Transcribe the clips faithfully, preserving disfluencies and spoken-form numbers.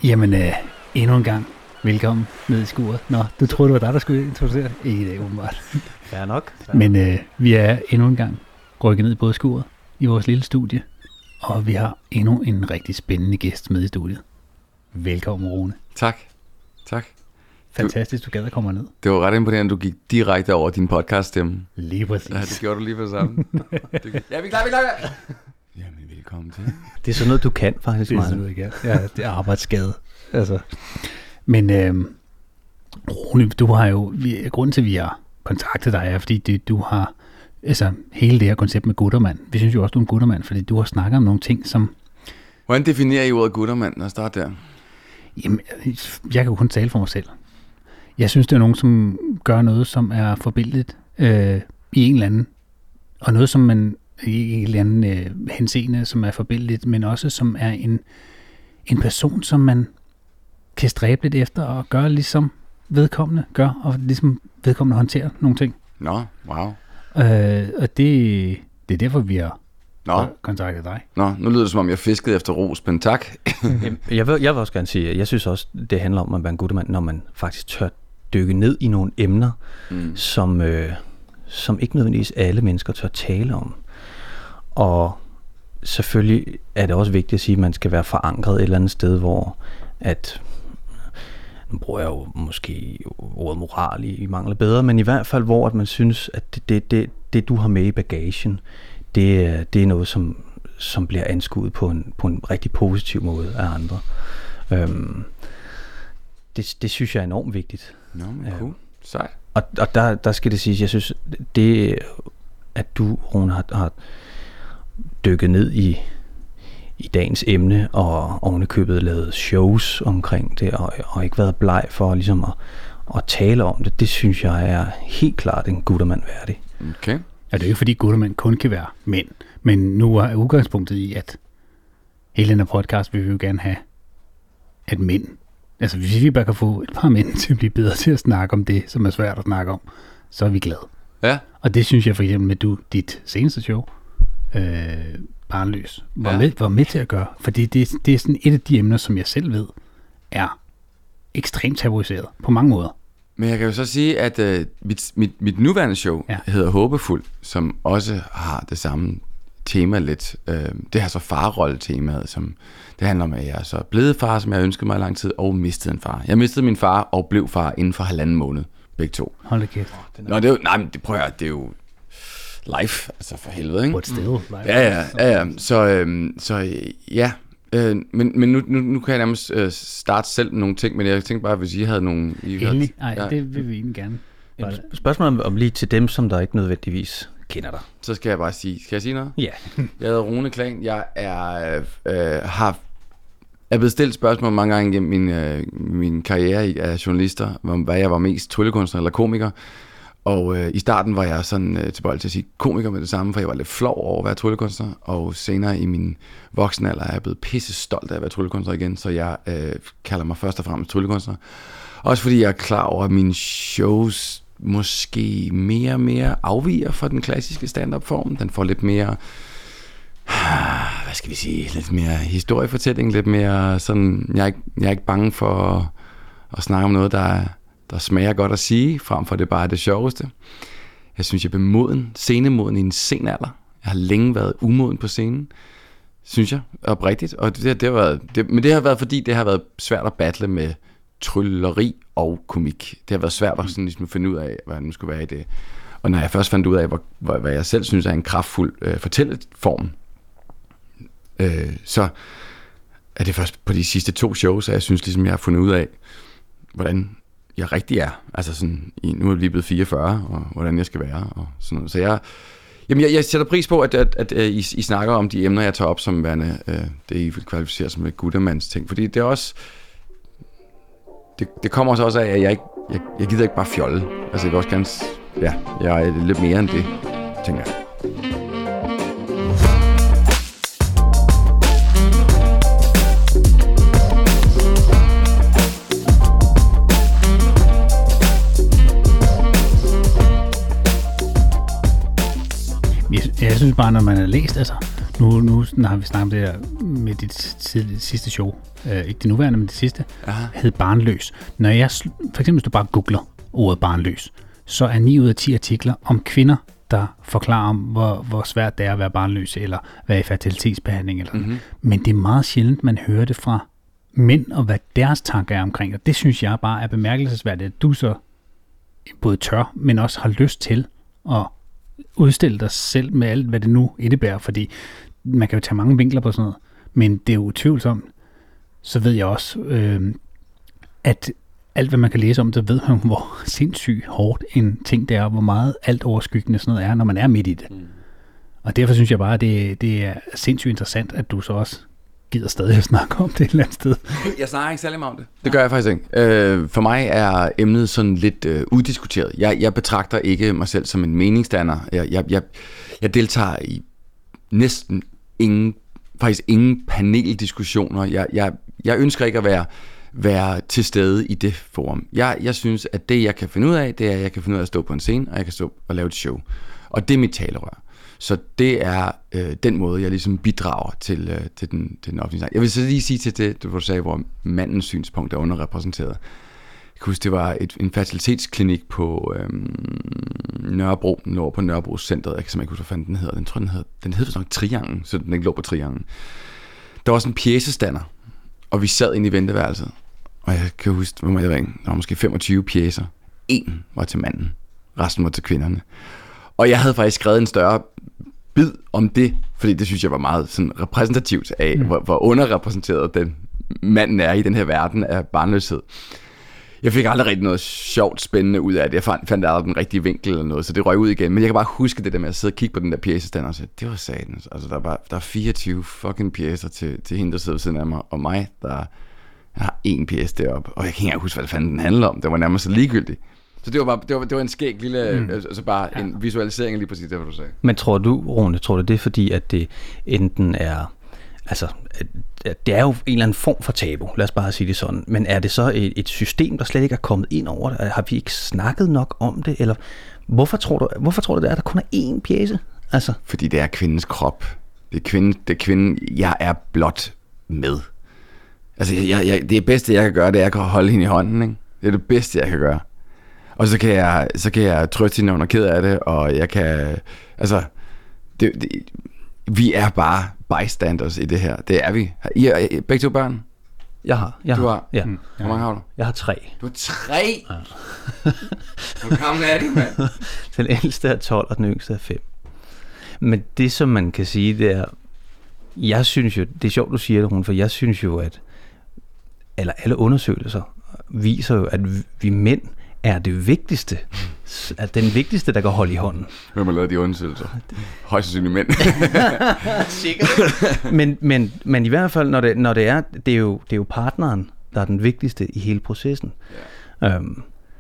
Jamen, øh, endnu en gang velkommen ned i skuret. Nå, du troede, det var dig, der skulle introducere? Ikke i dag, åbenbart. Fair nok. Fair Men øh, vi er endnu en gang rykket ned i både skuret i vores lille studie, og vi har endnu en rigtig spændende gæst med i studiet. Velkommen, Rune. Tak. Tak. Fantastisk, du gad at komme ned. Det var ret imponerende, at du gik direkte over din podcaststemme. Lige præcis. Ja, det gjorde du lige på sammen. Ja, vi er klar, vi er klar. Jamen, velkommen til. Det er sådan noget, du kan faktisk. Det er sådan noget, jeg kan. Ja, det er arbejdsskade. Altså. Men øh, Rune, du har jo, vi, grunden til, at vi har kontaktet dig, er, fordi det, du har, altså hele det her koncept med guttermand. Vi synes jo også, du er en guttermand, fordi du har snakket om nogle ting, som... Hvordan definerer I ordet guttermand, når jeg starter der? Jamen, jeg kan jo kun tale for mig selv. Jeg synes, det er nogen, som gør noget, som er forbilledligt øh, i en eller anden, og noget, som man i en eller anden øh, henseende, som er forbilledligt, men også som er en, en person, som man kan stræbe lidt efter og gøre ligesom vedkommende gør, og ligesom vedkommende håndterer nogle ting. Nå, wow. Øh, og det, det er derfor, vi har Nå. kontaktet dig. Nå, nu lyder det, som om jeg fiskede efter ros, men tak. jeg, vil, jeg vil også gerne sige, at jeg synes også, det handler om at være en guttermand, når man faktisk tør dykke ned i nogle emner, mm. som, øh, som ikke nødvendigvis alle mennesker tør tale om. Og selvfølgelig er det også vigtigt at sige, at man skal være forankret et eller andet sted, hvor at, nu bruger jeg jo måske ordet moral i, i mangler bedre, men i hvert fald, hvor at man synes, at det, det, det, det du har med i bagagen, det, det er noget, som, som bliver anskuet på en, på en rigtig positiv måde af andre. Øhm, det, det synes jeg er enormt vigtigt. Nå, men cool. Sejt. Og, og der, der skal det siges, jeg synes, det, at du, Rune, har, har dykket ned i, i dagens emne, og ovenikøbet lavet shows omkring det, og, og ikke været bleg for ligesom at, at tale om det, det synes jeg er helt klart en guttermand værdig. Okay. Ja, det er jo ikke fordi guttermænd kun kan være mænd, men nu er udgangspunktet i, at hele den her podcast vil vi jo gerne have, at mænd, altså hvis vi bare kan få et par mænd til at blive bedre til at snakke om det, som er svært at snakke om, så er vi glade. Ja. Og det synes jeg for eksempel med du, dit seneste show, øh, Barnløs, var, ja. med, var med til at gøre. Fordi det, det er sådan et af de emner, som jeg selv ved, er ekstremt tabuiseret på mange måder. Men jeg kan jo så sige, at øh, mit, mit, mit nuværende show ja. hedder Håbefuld, som også har det samme tema lidt. Øh, det har så farrolle-temaet, som det handler om, at jeg er så blevet far, som jeg ønskede mig i lang tid, og mistede en far. Jeg mistede min far og blev far inden for halvanden måned, begge to. Hold da kæft. Nå, det er jo, nej, men det prøver jeg, det er jo life, altså for helvede, ikke? But still life. Ja, ja, ja, ja. Så, øhm, så ja, øh, men, men nu, nu, nu kan jeg nærmest øh, starte selv nogle ting, men jeg tænkte bare, hvis I havde nogle... Endelig, nej, ja. Det vil vi egentlig gerne. Jamen, spørgsmålet om lige til dem, som der ikke nødvendigvis kender dig. Så skal jeg bare sige, skal jeg sige noget? Ja. Jeg hedder Rune Klan, jeg er, øh, har, er blevet stillet spørgsmål mange gange gennem min, øh, min karriere af journalister, om hvad jeg var mest, tryllekunstner eller komiker. Og øh, i starten var jeg sådan øh, tilbøjelig til at sige komiker med det samme, for jeg var lidt flov over at være tryllekunstner. Og senere i min voksenalder er jeg blevet pisse stolt af at være tryllekunstner igen, så jeg øh, kalder mig først og fremmest tryllekunstner. Også fordi jeg er klar over, at mine shows måske mere og mere afviger fra den klassiske stand-up-form. Den får lidt mere, hvad skal vi sige, lidt mere historiefortælling, lidt mere sådan, jeg er ikke, jeg er ikke bange for at, at snakke om noget, der er der smager godt at sige, frem for det bare er det sjoveste. Jeg synes, jeg er moden, scenemoden i en sen alder. Jeg har længe været umoden på scenen, synes jeg, oprigtigt. Og det, det har været, det, men det har været, fordi det har været svært at battle med trylleri og komik. Det har været svært at sådan, ligesom, finde ud af, hvad nu skulle være i det. Og når jeg først fandt ud af, hvor, hvor, hvad jeg selv synes er en kraftfuld øh, fortælleform, øh, så er det først på de sidste to shows, at jeg synes, ligesom, jeg har fundet ud af, hvordan jeg rigtig er, altså sådan, nu er jeg lige blevet fireogfyrre, og hvordan jeg skal være, og sådan noget. Så jeg, jamen jeg, jeg sætter pris på, at, at, at, at I, I snakker om de emner, jeg tager op som værende, øh, det I vil kvalificere som et guttermands ting, fordi det er også, det, det kommer også også af, at jeg ikke, jeg, jeg gider ikke bare fjolle, altså jeg vil også gerne, ja, jeg er lidt mere end det, tænker jeg. Jeg synes bare, når man har læst, altså, Nu, nu har vi snakket om det der med dit sidste show. Uh, ikke det nuværende, men det sidste. Aha. Hed Barnløs. Når jeg, for eksempel hvis du bare googler ordet barnløs, så er ni ud af ti artikler om kvinder, der forklarer om, hvor, hvor svært det er at være barnløse, eller være i fertilitetsbehandling. Eller mm-hmm. Men det er meget sjældent, man hører det fra mænd, og hvad deres tanker er omkring. Og det synes jeg bare er bemærkelsesværdigt, at du så både tør, men også har lyst til at udstille dig selv med alt, hvad det nu indebærer, fordi man kan jo tage mange vinkler på sådan noget, men det er jo utvivlsomt. Så ved jeg også, øh, at alt, hvad man kan læse om, så ved man, hvor sindssygt hårdt en ting det er, og hvor meget alt overskyggende sådan noget er, når man er midt i det. Mm. Og derfor synes jeg bare, at det, det er sindssygt interessant, at du så også gider stadig at snakke om det et eller andet sted. Jeg snakker ikke særlig meget om det. Det gør jeg faktisk ikke. Øh, for mig er emnet sådan lidt øh, uddiskuteret. Jeg, jeg betragter ikke mig selv som en meningsdanner. Jeg, jeg, jeg, jeg deltager i næsten ingen, faktisk ingen paneldiskussioner. Jeg, jeg, jeg ønsker ikke at være, være til stede i det forum. Jeg, jeg synes, at det jeg kan finde ud af, det er, at jeg kan finde ud af at stå på en scene, og jeg kan stå og lave et show. Og det er mit talerør. Så det er øh, den måde, jeg ligesom bidrager til, øh, til, den, til den offentlige snak. Jeg vil så lige sige til det, du sagde, hvor mandens synspunkt er underrepræsenteret. Jeg kan huske, det var et, en fertilitetsklinik på øh, Nørrebro, nord på Nørrebro Centeret. Jeg kan simpelthen ikke huske, hvad fanden den hedder. Den tror, den hed, den hed nok Triangen, så den ikke lå på Triangen. Der var sådan en pjæsestander, og vi sad inde i venteværelset. Og jeg kan huske, hvor jeg var, der var måske femogtyve pjæser. En var til manden, resten var til kvinderne. Og jeg havde faktisk skrevet en større bid om det, fordi det synes jeg var meget sådan repræsentativt af, mm. hvor, hvor underrepræsenteret den manden er i den her verden af barnløshed. Jeg fik aldrig rigtig noget sjovt, spændende ud af det. Jeg fandt, fandt aldrig den rigtige vinkel eller noget, så det røg ud igen. Men jeg kan bare huske det der med at sidde og kigge på den der pjæsestand og sige, det var satans. Altså, der er, bare, der er fireogtyve fucking pjæser til, til hende, der sidder ved siden af mig, og mig, der jeg har én pjæse deroppe. Og jeg kan ikke engang huske, hvad det fanden den handler om. Det var nærmest så ligegyldigt. Så det var bare det var, det var en skæg lille mm. altså bare ja. En visualisering af lige præcis det, hvad du sagde. Men tror du, Rune, tror du det er fordi, at det enten er altså det er jo en eller anden form for tabu, lad os bare sige det sådan, men er det så et, et system, der slet ikke er kommet ind over det? Har vi ikke snakket nok om det, eller hvorfor tror du, hvorfor tror du det er, at der kun er én pjæse? Altså fordi det er kvindens krop. Det er kvinden, det er kvinden, jeg er blot med. Altså jeg, jeg, det bedste jeg kan gøre, det er at holde hende i hånden, ikke? Det er det bedste jeg kan gøre. Og så kan jeg, så kan jeg trøste hende, når hun er ked af det, og jeg kan, altså, det, det, vi er bare bystanders i det her. Det er vi. I er begge to børn? Jeg har. Jeg du har. har? Ja. Hvor mange har du? Jeg har tre. Du har tre? Ja. Hvor gammel er de, mand? Den ældste er tolv, og den yngste er fem. Men det, som man kan sige, det er, jeg synes jo, det er sjovt, du siger det, Rune, for jeg synes jo, at eller alle undersøgelser viser jo, at vi mænd er det vigtigste, er den vigtigste, der kan holde i hånden. Hvem har lavet de undersøgelser? Højst sandsynligt mænd. Sikkert. men, men, men i hvert fald, når det, når det er, det er, jo, det er jo partneren, der er den vigtigste i hele processen. Yeah. Øhm,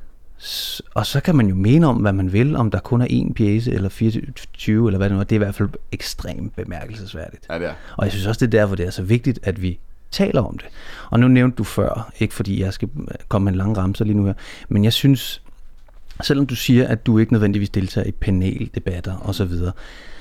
s- og så kan man jo mene om, hvad man vil, om der kun er én pjæse, eller fireogtyve, eller hvad det nu er. Det er i hvert fald ekstremt bemærkelsesværdigt. Ja, det er. Og jeg synes også, det er derfor, det er så vigtigt, at vi taler om det. Og nu nævnte du før, ikke fordi jeg skal komme med en lang ramser lige nu her, men jeg synes, selvom du siger, at du ikke nødvendigvis deltager i paneldebatter og så videre,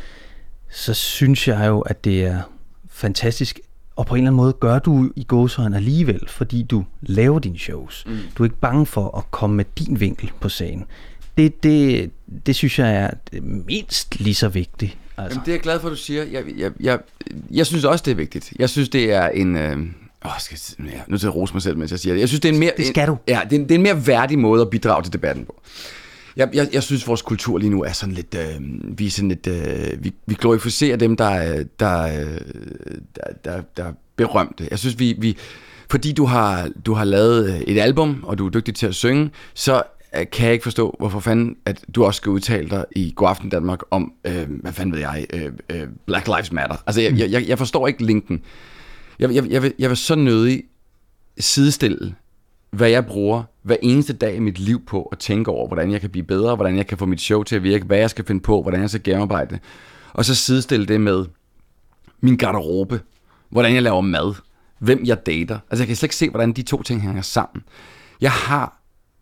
så synes jeg jo, at det er fantastisk, og på en eller anden måde gør du i gåsehøjden alligevel, fordi du laver dine shows. Mm. Du er ikke bange for at komme med din vinkel på sagen. Det, det, det synes jeg er mindst lige så vigtigt. Altså. Jamen, det er jeg glad for, at du siger. Jeg, jeg, jeg, jeg synes også, det er vigtigt. Jeg synes, det er en... Øh, åh, skal jeg, jeg er nødt til at rose mig selv, mens jeg siger det. Jeg synes, det er en mere... Det skal du. En, ja, det er, det er en mere værdig måde at bidrage til debatten på. Jeg, jeg, jeg synes, vores kultur lige nu er sådan lidt... Øh, vi er sådan lidt... Øh, vi, vi glorificerer dem, der, der, der, der, der er berømte. Jeg synes, vi... vi fordi du har, du har lavet et album, og du er dygtig til at synge, så kan jeg ikke forstå, hvorfor fanden, at du også skal udtale dig i Godaften Danmark om, øh, hvad fanden ved jeg, øh, øh, Black Lives Matter. Altså, jeg, jeg, jeg forstår ikke linken. Jeg, jeg, jeg, vil, jeg vil så nødig sidestille, hvad jeg bruger hver eneste dag i mit liv på at tænke over, hvordan jeg kan blive bedre, hvordan jeg kan få mit show til at virke, hvad jeg skal finde på, hvordan jeg skal gennemarbejde, og så sidestille det med min garderobe, hvordan jeg laver mad, hvem jeg dater. Altså, jeg kan slet ikke se, hvordan de to ting hænger sammen. Jeg har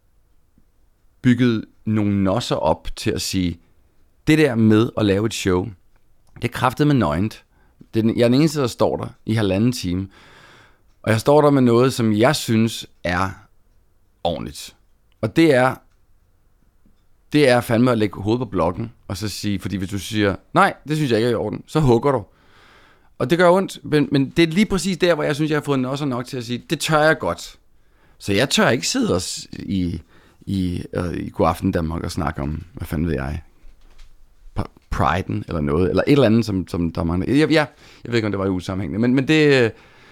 bygget nogle nosser op til at sige, det der med at lave et show, det er kraftet med nøgent, Det er den, jeg er den eneste, der står der i halvanden time. Og jeg står der med noget, som jeg synes er ordentligt. Og det er, det er fandme at lægge hovedet på blokken, og så sige, fordi hvis du siger, nej, det synes jeg ikke er i orden, så hugger du. Og det gør ondt, men, men det er lige præcis der, hvor jeg synes, jeg har fået også nok til at sige, det tør jeg godt. Så jeg tør ikke sidde os i, i, øh, i God Aften Danmark og snakke om, hvad fanden ved jeg, Pride'en eller noget, eller et eller andet, som, som der mangler. Jeg, jeg, jeg ved ikke, om det var usammenhængende, men, men det... Øh,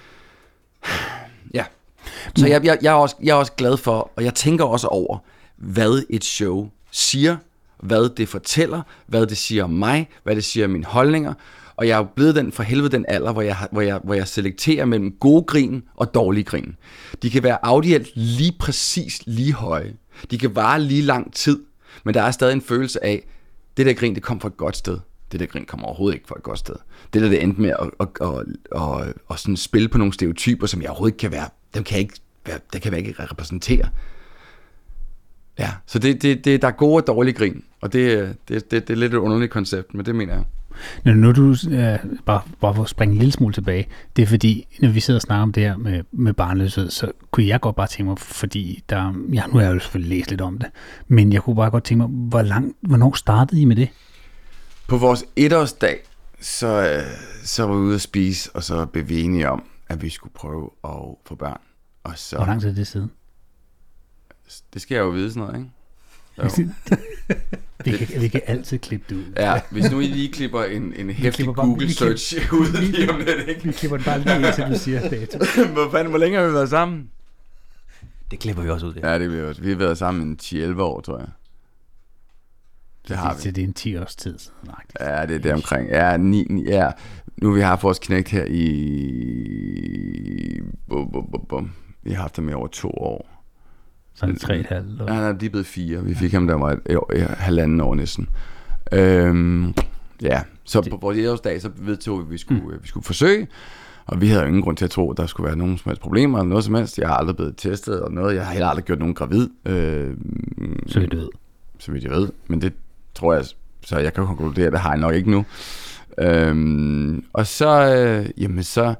ja. Så jeg, jeg, jeg, er også, jeg er også glad for, og jeg tænker også over, hvad et show siger, hvad det fortæller, hvad det siger om mig, hvad det siger om mine holdninger, og jeg er jo blevet den for helvede den alder, hvor jeg, hvor jeg, hvor jeg selekterer mellem gode grin og dårlige grin. De kan være audielt lige præcis lige høje. De kan vare lige lang tid, men der er stadig en følelse af, det der grin, det kom fra et godt sted. Det der grin kommer overhovedet ikke fra et godt sted. Det der, det endte med at, at, at, at, at, at sådan spille på nogle stereotyper, som jeg overhovedet ikke kan være, dem kan jeg ikke, det kan jeg ikke repræsentere. Ja, så det, det, det, der er gode og dårlige grin, og det, det, det, det er lidt et underligt koncept, men det mener jeg. Når nu du, øh, bare, bare for at springe en lille smule tilbage, det er fordi, når vi sidder og snakker om det her med, med barnløshed, så kunne jeg godt bare tænke mig, fordi der, ja, nu har jeg jo selvfølgelig læst lidt om det, men jeg kunne bare godt tænke mig, hvor lang, hvornår startede I med det? På vores etårsdag, så, øh, så var vi ude at spise, og så blev vi enige om, at vi skulle prøve at få børn. Og så, hvor lang tid er det siden? Det skal jeg jo vide sådan noget, ikke? vi, kan, vi kan altid klippe det ud. Ja, hvis nu I lige klipper en, en hæftig Google search ud lige om lidt, ikke? Vi klipper den bare lige indtil du siger dato. Hvor fanden, hvor længe har vi været sammen? Det klipper vi også ud, ja. Ja, det bliver også. Vi har været sammen i ti elleve år, tror jeg. Det har vi. Så det er en ti års tid siden. Ja, det er det omkring. Ja, ni, ni, ja. Nu har vi haft vores knægt her i... Bum, bum, bum, bum. Vi har haft ham i over to år. Sådan tre et halvt. Ja, han er lige blevet fire. Vi fik ham, der var et, et, et, et halvanden år næsten. Øhm, ja, så på vores etårsdag, så vedtog vi, at vi skulle, mm. vi skulle forsøge. Og vi havde jo ingen grund til at tro, at der skulle være nogen som helst problemer eller noget som helst. Jeg har aldrig blevet testet og noget. Jeg har heller aldrig gjort nogen gravid. Øh, så vidt du ved. Så vidt jeg ved. Men det tror jeg, så jeg kan konkludere, at det har jeg nok ikke nu. Øhm, og så, øh, jamen så...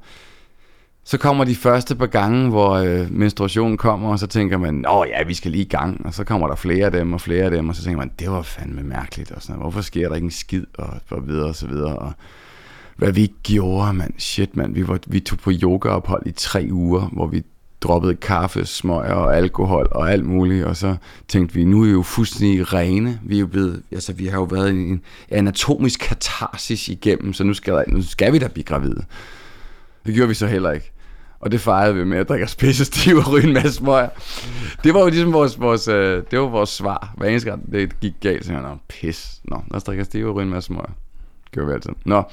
Så kommer de første par gange, hvor øh, menstruationen kommer, og så tænker man, åh ja, vi skal lige i gang. Og så kommer der flere af dem og flere af dem, og så tænker man, det var fandme mærkeligt. Og sådan, hvorfor sker der ikke en skid, og, og videre og så videre. Og hvad vi gjorde, mand, shit mand. Vi, var, vi tog på yogaophold i tre uger, hvor vi droppede kaffe, smøger og alkohol og alt muligt. Og så tænkte vi, nu er vi jo fuldstændig rene. Vi er jo blevet, altså vi har jo været i en anatomisk katarsis igennem, så nu skal, der, nu skal vi da blive gravide. Det gjorde vi så heller ikke. Og det fejrede vi med at drikke os pisse stiv og ryge en masse smøger. Det var jo ligesom vores, vores, øh, det var vores svar. Hver eneste gang det gik galt, så jeg, nå, pis. Nå, lad os drikke os stiv og ryge en masse smøger. Det gjorde vi altid. Nå,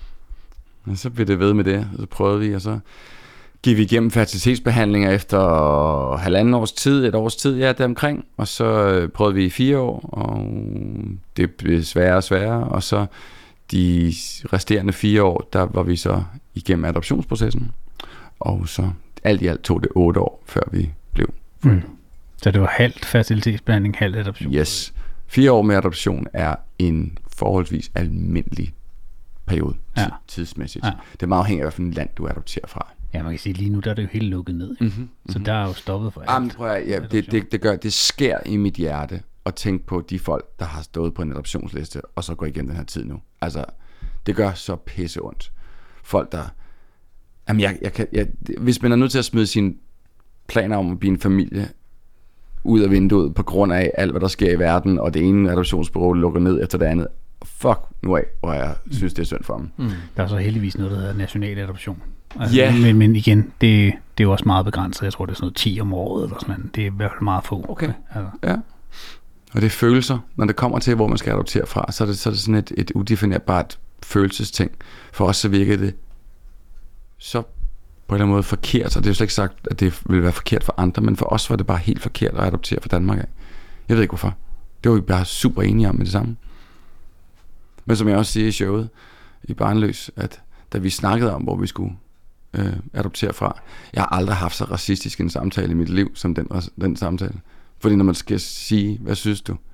og så blev det ved med det, og så prøvede vi, og så gik vi igennem fertilitetsbehandlinger efter halvanden års tid, et års tid, ja, deromkring. Og så prøvede vi i fire år, og det blev sværere og sværere, og så de resterende fire år, der var vi så igennem adoptionsprocessen. Og så alt i alt tog det otte år, før vi blev født. Mm. Så det var halvt fertilitetsbehandling, halvt adoption? Yes. Fire år med adoption er en forholdsvis almindelig periode, ja. tidsmæssigt. Ja. Det er meget afhængigt af, hvilken land du adopterer fra. Ja, man kan sige, lige nu der er det jo helt lukket ned. Mm-hmm. Så der er jo stoppet for alt. Jamen, prøv at, ja, det, det, det, gør, det sker i mit hjerte at tænke på de folk, der har stået på en adoptionsliste, og så går igennem den her tid nu. Altså, det gør så pisse ondt. Folk, der... Jamen, jeg, jeg kan, jeg, hvis man er nødt til at smide sine planer om at blive en familie ud af vinduet på grund af alt, hvad der sker i verden, og det ene adoptionsbureau lukker ned efter det andet, fuck nu af, hvor jeg synes, det er synd for dem. Mm. Der er så heldigvis noget, der hedder national adoption. Altså, ja. Men, men igen, det, det er jo også meget begrænset. Jeg tror, det er sådan noget ti om året, eller sådan noget. Det er i hvert fald meget få. Okay, altså. Ja. Og det er følelser, når det kommer til, hvor man skal adoptere fra, så er det, så er det sådan et, et udefinerbart følelsesting. For os så virker det så på en eller anden måde forkert, og det er jo slet ikke sagt, at det ville være forkert for andre, men for os var det bare helt forkert at adoptere fra Danmark af. Jeg ved ikke hvorfor. Det var vi bare super enige om med det samme. Men som jeg også siger i showet i Barnløs, at da vi snakkede om, hvor vi skulle øh, adoptere fra, jeg har aldrig haft så racistisk en samtale i mit liv, som den, den samtale. Fordi når man skal sige, hvad synes du,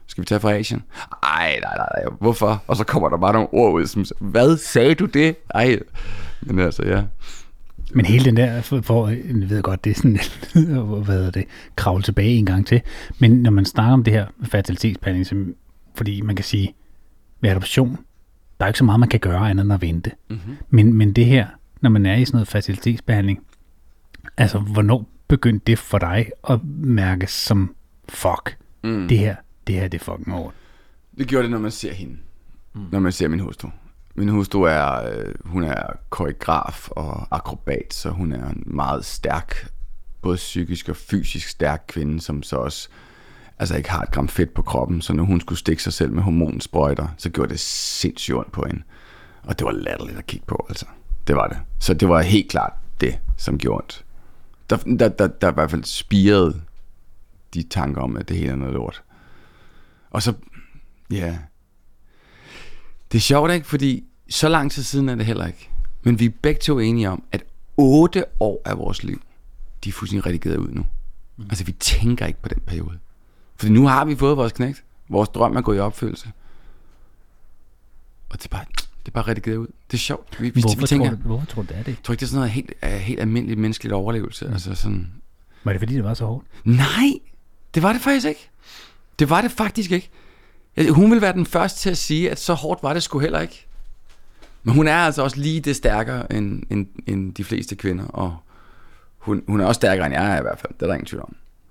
Skal vi tage fra Asien? Ej, nej, nej, nej, hvorfor? Og så kommer der bare nogle ord ud, som, hvad sagde du det? Ej, men altså, ja. Men hele den der, for, for jeg ved godt, det er sådan, hvad hedder det, kravle tilbage en gang til, men når man snakker om det her fertilitetsbehandling, som, fordi man kan sige, ved adoption, der er ikke så meget, man kan gøre andet end at vente. Mm-hmm. Men, men det her, når man er i sådan noget fertilitetsbehandling, altså, hvornår begyndte det for dig at mærke som, fuck, mm. det her, det her, det er fucking over? Det gjorde det, når man ser hende. Mm. Når man ser min hustru. Min hustru er, øh, hun er koreograf og akrobat, så hun er en meget stærk, både psykisk og fysisk stærk kvinde, som så også altså ikke har et gram fedt på kroppen, så når hun skulle stikke sig selv med hormonsprøjter, så gjorde det sindssygt ondt på hende. Og det var latterligt at kigge på, altså. Det var det. Så det var helt klart det, som gjorde ondt. Der, der, der, der i hvert fald spirede de tanker om, at det hele er noget lort. Og så, ja... Det er sjovt, ikke? Fordi så lang tid siden er det heller ikke. Men vi er begge to enige om, at otte år af vores liv, de er fuldstændig redigeret ud nu. Mm. Altså, vi tænker ikke på den periode. Fordi nu har vi fået vores knægt. Vores drøm er gået i opfyldelse. Og det er bare, det er bare redigeret ud. Det er sjovt. Vi, hvorfor, vi tænker, tror du, hvorfor tror du, det er det? Jeg tror ikke, det er sådan noget helt, helt almindeligt menneskeligt overlevelse. Mm. Altså sådan... Var det fordi, det var så hårdt? Nej, det var det faktisk ikke. Det var det faktisk ikke. Hun vil være den første til at sige, at så hårdt var det sgu heller ikke. Men hun er altså også lige det stærkere end, end, end de fleste kvinder, og hun, hun er også stærkere end jeg er i hvert fald. Det er der ingen tvivl om.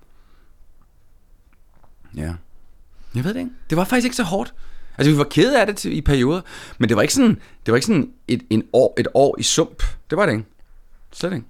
Ja. Jeg ved det ikke. Det var faktisk ikke så hårdt. Altså vi var kede af det til, i perioder, men det var ikke sådan, det var ikke sådan et, en år, et år i sump. Det var det ikke. Slet ikke.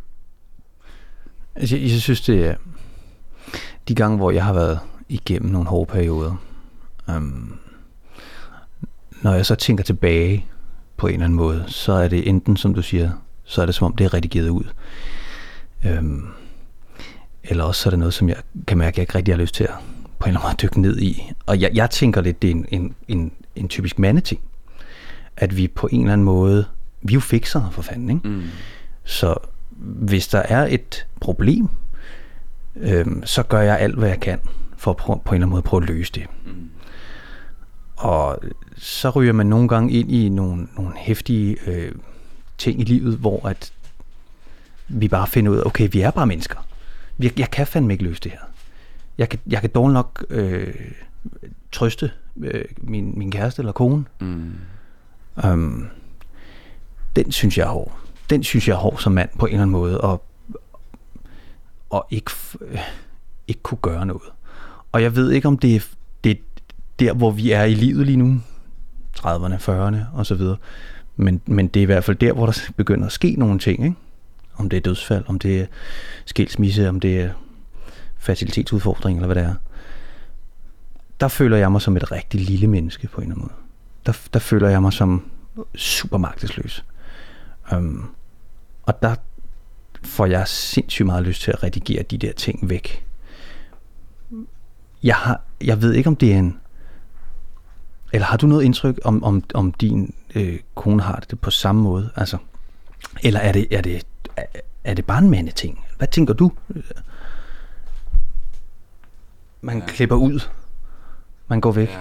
Altså jeg, jeg synes det er de gange, hvor jeg har været igennem nogle hårde perioder. Um, når jeg så tænker tilbage på en eller anden måde, så er det enten, som du siger, så er det som om det er redigeret ud. Um, eller også så er det noget, som jeg kan mærke, at jeg ikke rigtig har lyst til at på en eller anden måde dykke ned i. Og jeg, jeg tænker lidt, det er en, en, en, en typisk mandeting. At vi på en eller anden måde, vi er jo fikser for fanden, ikke? Mm. Så hvis der er et problem, øhm, så gør jeg alt, hvad jeg kan, for at prøve, på en eller anden måde prøve at løse det. Mm. Og så ryger man nogle gange ind i nogle, nogle heftige øh, ting i livet, hvor at vi bare finder ud af, okay, vi er bare mennesker. Jeg, jeg kan fandme ikke løse det her. Jeg kan, jeg kan dårligt nok øh, trøste øh, min, min kæreste eller kone. Mm. Um, den synes jeg er hård. Den synes jeg er hård som mand på en eller anden måde, og, og ikke, øh, ikke kunne gøre noget. Og jeg ved ikke, om det er, det er der, hvor vi er i livet lige nu, trediverne, fyrrerne og så videre. Men, men det er i hvert fald der, hvor der begynder at ske nogle ting, ikke? Om det er dødsfald, om det er skilsmisse, om det er fertilitetsudfordring, eller hvad det er. Der føler jeg mig som et rigtig lille menneske på en eller anden måde. Der, der føler jeg mig som super magtesløs. Um, og der får jeg sindssygt meget lyst til at redigere de der ting væk. Jeg, har, jeg ved ikke, om det er en... Eller har du noget indtryk, om, om, om din øh, kone har det på samme måde? Altså, eller er det, er, det, er, er det bare en mandeting? Hvad tænker du? Man ja. klipper ud. Man går væk. Ja.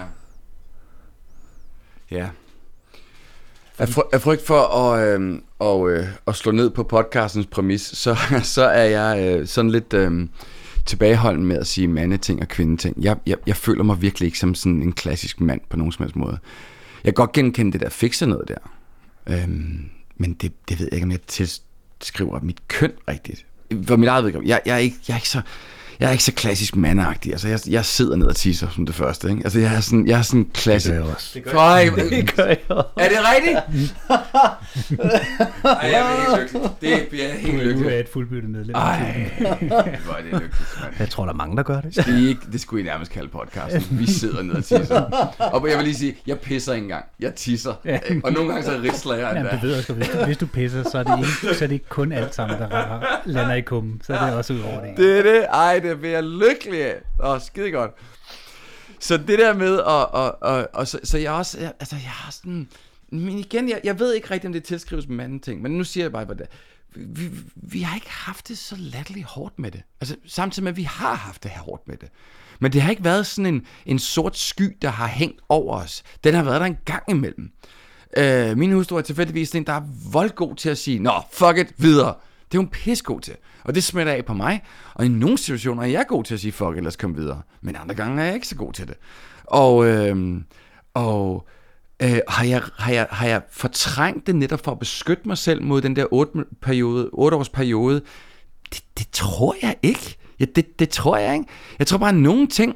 ja. Af, fry, af frygt for at, øh, og, øh, at slå ned på podcastens præmis, så, så er jeg øh, sådan lidt øh, tilbageholden med at sige mandeting og kvindeting. Jeg, jeg, jeg føler mig virkelig ikke som sådan en klassisk mand på nogen som helst måde. Jeg kan godt genkende det der fikser noget der. Øhm, men det, det ved jeg ikke, om jeg tilskriver mit køn rigtigt. For mit eget vedkommende. Jeg, jeg, er ikke, jeg er ikke så... Jeg er ikke så klassisk mandagtig. Altså, jeg, jeg sidder ned og tisser som det første, ikke? Altså, jeg er sådan, jeg er sådan klassisk... Det gør jeg også. Det gør jeg, det gør jeg også. Er det rigtigt? Ej, jeg er helt lykkelig. Det bliver helt lykkelig. Du er et fuldbyrdet medlem. Ej, hvor er det lykkeligt, mand. Jeg tror, der er mange, der gør det. Det, ikke, det skulle I nærmest kalde podcasten. Vi sidder ned og tisser. Og jeg vil lige sige, jeg pisser ikke engang. Jeg tisser. Ja. Og nogle gange så risler jeg endda. Jamen, du ved også, hvis du, hvis du pisser, så er, det ikke, så er det ikke kun alt sammen, der lander i kummen. Så er det også ud over det. Det er det. Ej, det bliver jeg lykkelig af. Åh, skide godt. Så det der med, og, og, og, og så, så jeg også, altså jeg har sådan, Men igen, jeg, jeg ved ikke rigtig, om det tilskrives med manden ting, men nu siger jeg bare, hvad det er. Vi, vi har ikke haft det så latterligt hårdt med det. Altså, samtidig med, at vi har haft det her hårdt med det. Men det har ikke været sådan en, en sort sky, der har hængt over os. Den har været der en gang imellem. Øh, min hustru er tilfældigvis en, der er voldgod til at sige, nå, fuck it, videre. Det er hun pissegod til. Og det smitter af på mig. Og i nogle situationer er jeg god til at sige, fuck it, lad os komme videre. Men andre gange er jeg ikke så god til det. Og, øh, og øh, har, jeg, har, jeg, har jeg fortrængt det netop for at beskytte mig selv mod den der otte, periode, otte års periode? Det, det tror jeg ikke. Ja, det, det tror jeg ikke. Jeg tror bare, at nogle ting,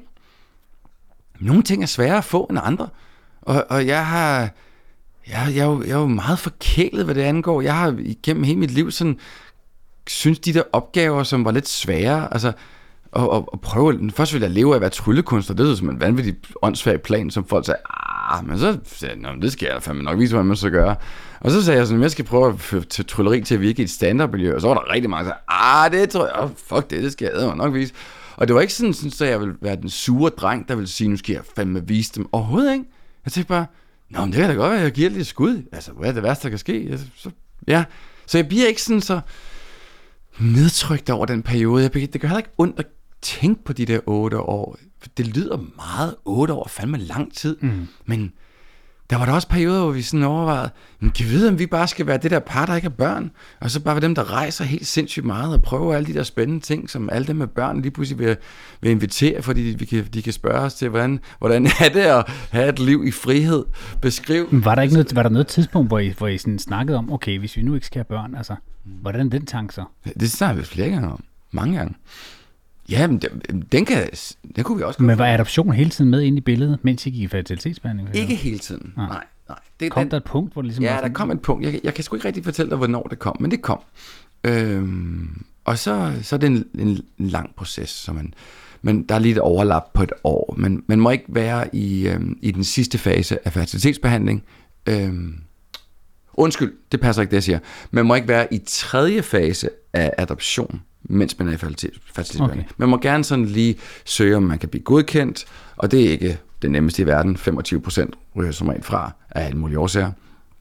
nogle ting er svære at få end andre. Og, og jeg har, jeg, jeg, er jo, jeg er jo meget forkælet, hvad det angår. Jeg har igennem hele mit liv sådan, synes de der opgaver, som var lidt svære, altså, og, og, og prøve, først ville jeg leve af at være tryllekunstner, det er som en vanvittig åndssvag plan, som folk sagde, ah, men så sagde jeg, det skal jeg fandme nok vise, hvad man så gøre. Og så sagde jeg sådan, jeg skal prøve at få trylleri til at virke i et stand-up-miljø, og så var der rigtig mange, der sagde, ah, det tror jeg, oh, fuck det, det skal jeg nok vise. Og det var ikke sådan, sådan, at jeg ville være den sure dreng, der ville sige, nu skal jeg fandme vise dem. Overhovedet ikke. Jeg tænkte bare, nå, men det kan da godt være, at jeg giver lidt et skud. Altså, hvad er det værste, der kan ske? Altså, så, ja. Så jeg bliver ikke sådan så nedtrykt over den periode. Jeg, det gør heller ikke ondt at tænke på de der otte år. Det lyder meget, otte år, fandme lang tid. Mm. Men der var der også perioder, hvor vi sådan overvejede, men kan vi vide, om vi bare skal være det der par, der ikke har børn, og så bare være dem, der rejser helt sindssygt meget, og prøver alle de der spændende ting, som alle dem med børn lige pludselig vil, vil invitere, fordi vi kan, de kan spørge os til, hvordan, hvordan er det at have et liv i frihed, beskriv. Var der ikke noget, var der noget tidspunkt, hvor I, hvor I sådan snakkede om, okay, hvis vi nu ikke skal have børn, altså, hvordan den tanke så? Det snakker vi flere gange om, mange gange. Ja, men den, den, kan, den kunne vi også. Men var adoption hele tiden med ind i billedet, mens I gik i fertilitetsbehandling? Ikke hele tiden, nej. nej, nej. Det, kom den, der et punkt, hvor det ligesom... Ja, der kom et punkt. Jeg, jeg kan sgu ikke rigtig fortælle dig, hvornår det kom, men det kom. Øhm, og så, så er det en, en, en lang proces, så man, men der er lige et overlap på et år. Men man må ikke være i, øhm, i den sidste fase af fertilitetsbehandling. Øhm, undskyld, det passer ikke, det jeg siger. Man må ikke være i tredje fase af adoption, mens man er i fertilitetsbehandling. Okay. Man må gerne sådan lige søge, om man kan blive godkendt, og det er ikke det nemmeste i verden. femogtyve procent ryger som regel fra af alle mulige årsager.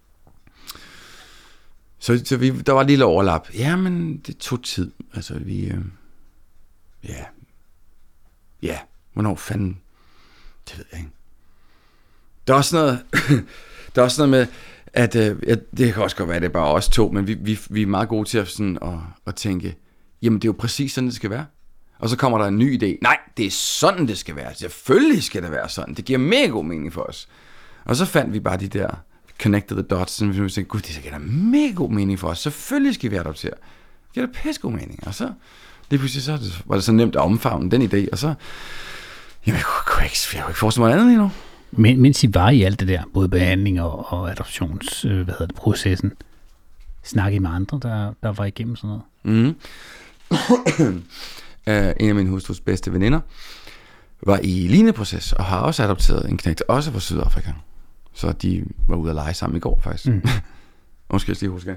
Så, så vi, der var et lille overlap. Ja, men det tog tid. Altså, vi... Øh, ja. Ja, hvornår fanden... Det ved jeg ikke. Der er også noget... der er også noget med, at... Øh, ja, det kan også godt være, at det er bare os to, men vi, vi, vi er meget gode til at, sådan, at, at tænke, jamen, det er jo præcis sådan, det skal være. Og så kommer der en ny idé. Nej, det er sådan, det skal være. Selvfølgelig skal det være sådan. Det giver mega god mening for os. Og så fandt vi bare de der connected the dots, og vi tænkte, gud, det giver da mega god mening for os. Selvfølgelig skal vi adoptere. Det giver da pisse god mening. Og så, det pludselig så var det så nemt at omfavne den idé, og så, jamen, jeg kunne ikke, jeg kunne ikke forestille mig andet lige nu. Men, mens I var i alt det der, både behandling og, og adoptions, øh, hvad hedder det, processen, snakkede I med andre, der, der var igennem sådan noget? Mhm. Uh, en af mine hustrus bedste veninder var i lignende proces og har også adopteret en knægt, også fra Sydafrika. Så de var ude at lege sammen i går, faktisk. Mm. Undskyld, lige huske.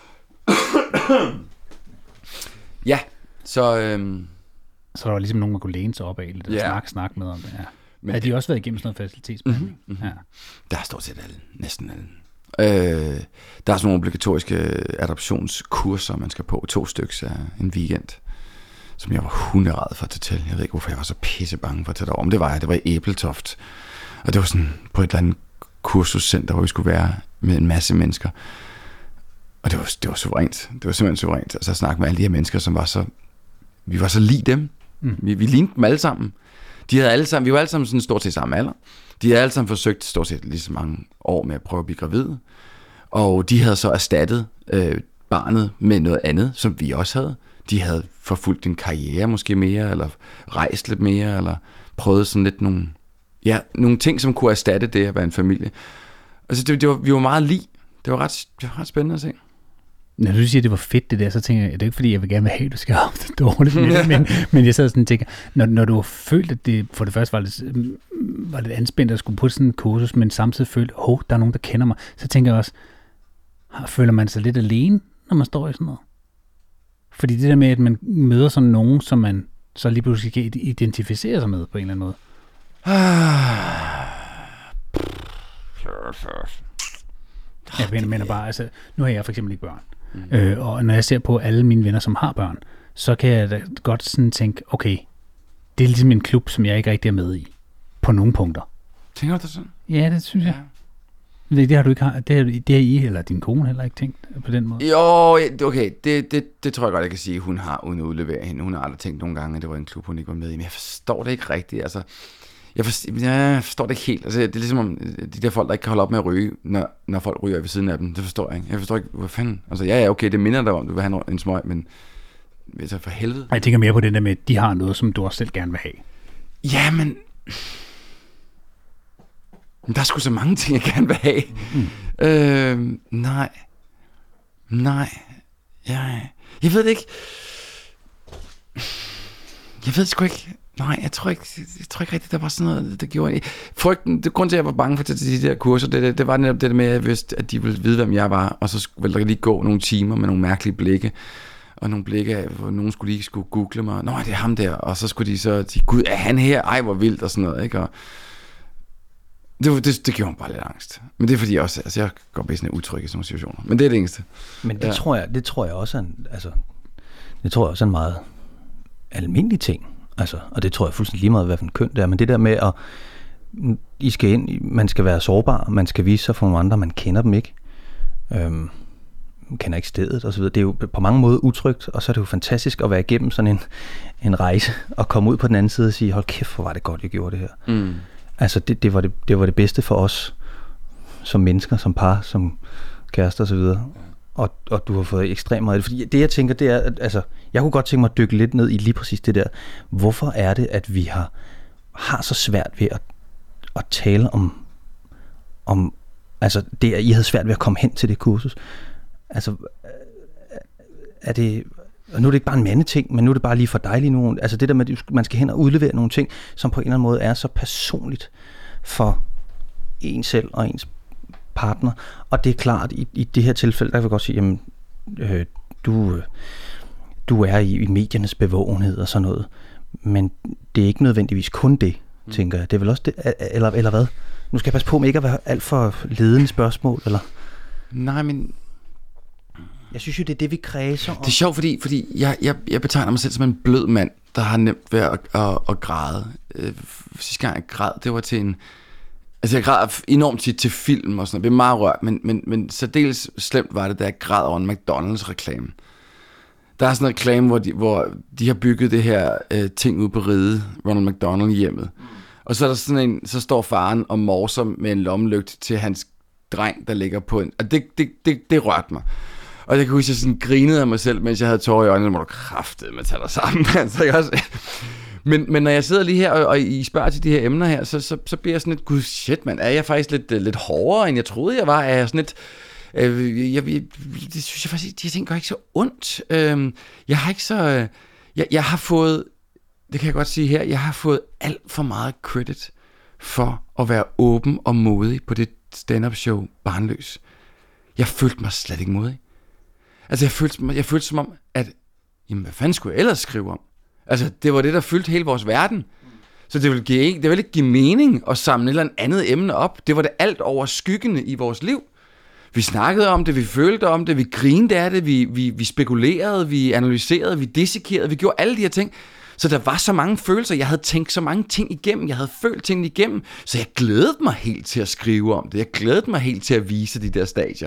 Ja, så... Øhm, så der var ligesom nogen, man kunne læne sig op af, eller yeah. snakke, snakke med om det, ja. Men har de også været igennem sådan noget facilitetsbehandling? Mm-hmm, mm-hmm. Ja. Der er stort set alle, næsten alle. Øh, der er sådan nogle obligatoriske adoptionskurser, man skal på, to stykker af en weekend, som jeg var hunderad for at tage til. Jeg ved ikke, hvorfor jeg var så pisse bange for at tage derover. Men det var jeg. Det var i Æbeltoft. Og det var sådan på et eller andet kursuscenter, hvor vi skulle være med en masse mennesker. Og det var, det var suverænt. Det var simpelthen suverænt. Altså at snakke med alle de her mennesker, som var så... Vi var så lige dem. Mm. Vi, vi lignede dem alle sammen. De havde alle sammen... Vi var alle sammen sådan stort set samme alder. De havde alle sammen forsøgt stort set lige så mange år med at prøve at blive gravide. Og de havde så erstattet øh, barnet med noget andet, som vi også havde. De havde forfulgt en karriere måske mere, eller rejst lidt mere, eller prøvet sådan lidt nogle, ja, nogle ting, som kunne erstatte det at være en familie. Altså, det, det var, vi var meget lige. Det var ret, det var ret spændende at se. Når du siger, at det var fedt det der, så tænker jeg, det er ikke fordi, jeg vil gerne have, at du skal have det dårligt, men, men, men jeg sad sådan og tænker, når, når du har følt, at det for det første var lidt, var lidt anspændt at skulle på sådan en kursus, men samtidig følte, hov, oh, der er nogen, der kender mig, så tænker jeg også, føler man sig lidt alene, når man står i sådan noget? Fordi det der med, at man møder sådan nogen, som man så lige pludselig kan identificere sig med på en eller anden måde. Jeg mener, mener bare, altså, nu har jeg for eksempel ikke børn. Mm. Øh, og når jeg ser på alle mine venner, som har børn, så kan jeg da godt sådan tænke, okay, det er ligesom en klub, som jeg ikke rigtig er med i. På nogle punkter. Tænker du sådan? Ja, det synes jeg. Ja. Det, det har du ikke det har, det har I eller din kone heller ikke tænkt på den måde? Jo, okay, det, det, det tror jeg godt, jeg kan sige, hun har uden at udlevere hende. Hun har aldrig tænkt nogle gange, at det var en klub, hun ikke var med i. Men jeg forstår det ikke rigtigt. Altså, jeg, forstår, jeg forstår det ikke helt. Altså, det er ligesom om de der folk, der ikke kan holde op med at ryge, når, når folk ryger ved siden af dem. Det forstår jeg ikke. Jeg forstår ikke, hvad fanden. Altså, ja, ja, okay, det minder dig om, du vil have en smøg, men altså, for helvede. Jeg tænker mere på den der med, at de har noget, som du også selv gerne vil have. Ja, men... Men der er sgu så mange ting, jeg gerne vil have. Mm. Øh, nej. Nej. Jeg, jeg ved det ikke. Jeg ved sgu ikke. Nej, jeg tror ikke, jeg tror ikke rigtigt, der var sådan noget, der gjorde... Frygten, det grund til, at jeg var bange for til de der kurser, det, det, det var netop det med, at jeg vidste, at de ville vide, hvem jeg var, og så ville der lige gå nogle timer med nogle mærkelige blikke, og nogle blikke af, hvor nogen skulle lige skulle google mig. Nå, det er ham der. Og så skulle de så sige, gud, er han her? Ej, hvor vildt, og sådan noget, ikke? Og Det, det, det gjorde mig bare lidt angst. Men det er fordi jeg også, altså jeg går bare sådan utryg i sådan nogle situationer. Men det er det eneste. Men det, ja. tror, jeg, det tror jeg også er en, altså, det tror jeg også er en meget almindelig ting. Altså, og det tror jeg fuldstændig lige meget, hvad for en køn det er. Men det der med at, I skal ind, man skal være sårbar, man skal vise sig for nogle andre, man kender dem ikke. Øhm, man kender ikke stedet og så videre. Det er jo på mange måder utrygt, og så er det jo fantastisk at være igennem sådan en, en rejse, og komme ud på den anden side og sige, hold kæft, hvor var det godt, jeg gjorde det her. Mm. Altså, det, det, var det, det var det bedste for os, som mennesker, som par, som kærester og så videre. Og, og du har fået ekstremt meget. Fordi det, jeg tænker, det er, at altså, jeg kunne godt tænke mig at dykke lidt ned i lige præcis det der. Hvorfor er det, at vi har, har så svært ved at, at tale om, om, altså, det, at I havde svært ved at komme hen til det kursus? Altså, er det... Og nu er det ikke bare en mandeting, men nu er det bare lige for dig lige nu. Altså det der med, at man skal hen og udlevere nogle ting, som på en eller anden måde er så personligt for en selv og ens partner. Og det er klart, i, i det her tilfælde, der vil jeg godt sige, jamen, øh, du, du er i, i mediernes bevågenhed og sådan noget. Men det er ikke nødvendigvis kun det, mm. tænker jeg. Det er vel også det, eller, eller hvad? Nu skal jeg passe på med ikke at være alt for ledende spørgsmål, eller? Nej, men... Jeg synes jo, det er det, vi kredser om. Det er sjovt, fordi, fordi jeg, jeg, jeg betegner mig selv som en blød mand, der har nemt ved at, at, at græde. Øh, sidste gang jeg græd, det var til en... Altså jeg græd enormt tit til film og sådan noget. Det er meget rørt, men, men, men særdeles slemt var det, da jeg græd over en McDonald's-reklame. Der er sådan en reklame, hvor de, hvor de har bygget det her øh, ting ude på Ride, Ronald McDonald hjemmet. Mm. Og så er der sådan en, så står faren og morser med en lommelygte til hans dreng, der ligger på en... Og det, det, det, det rørte mig. Og jeg kan huske, at jeg sådan grinede af mig selv, mens jeg havde tårer i øjnene, og må du kraftedeme at tage dig sammen. Altså, jeg også... men, men når jeg sidder lige her, og, og I spørger til de her emner her, så, så, så bliver jeg sådan lidt, gud shit, man, er jeg faktisk lidt, lidt hårdere, end jeg troede, jeg var? Er jeg sådan lidt... Øh, jeg, jeg, det synes jeg faktisk, de her ting gør ikke så ondt. Øh, jeg har ikke så... Øh, jeg, jeg har fået... Det kan jeg godt sige her, jeg har fået alt for meget credit for at være åben og modig på det stand-up show Barnløs. Jeg følte mig slet ikke modig. Altså, jeg følte, jeg følte som om, at, jamen, hvad fanden skulle jeg ellers skrive om? Altså, det var det, der fyldte hele vores verden. Så det ville, give, det ville ikke give mening at samle et eller andet emne op. Det var det alt over skyggene i vores liv. Vi snakkede om det, vi følte om det, vi grinede af det, vi, vi, vi spekulerede, vi analyserede, vi dissekerede, vi gjorde alle de her ting. Så der var så mange følelser, jeg havde tænkt så mange ting igennem, jeg havde følt ting igennem, så jeg glædede mig helt til at skrive om det. Jeg glædede mig helt til at vise de der stadier.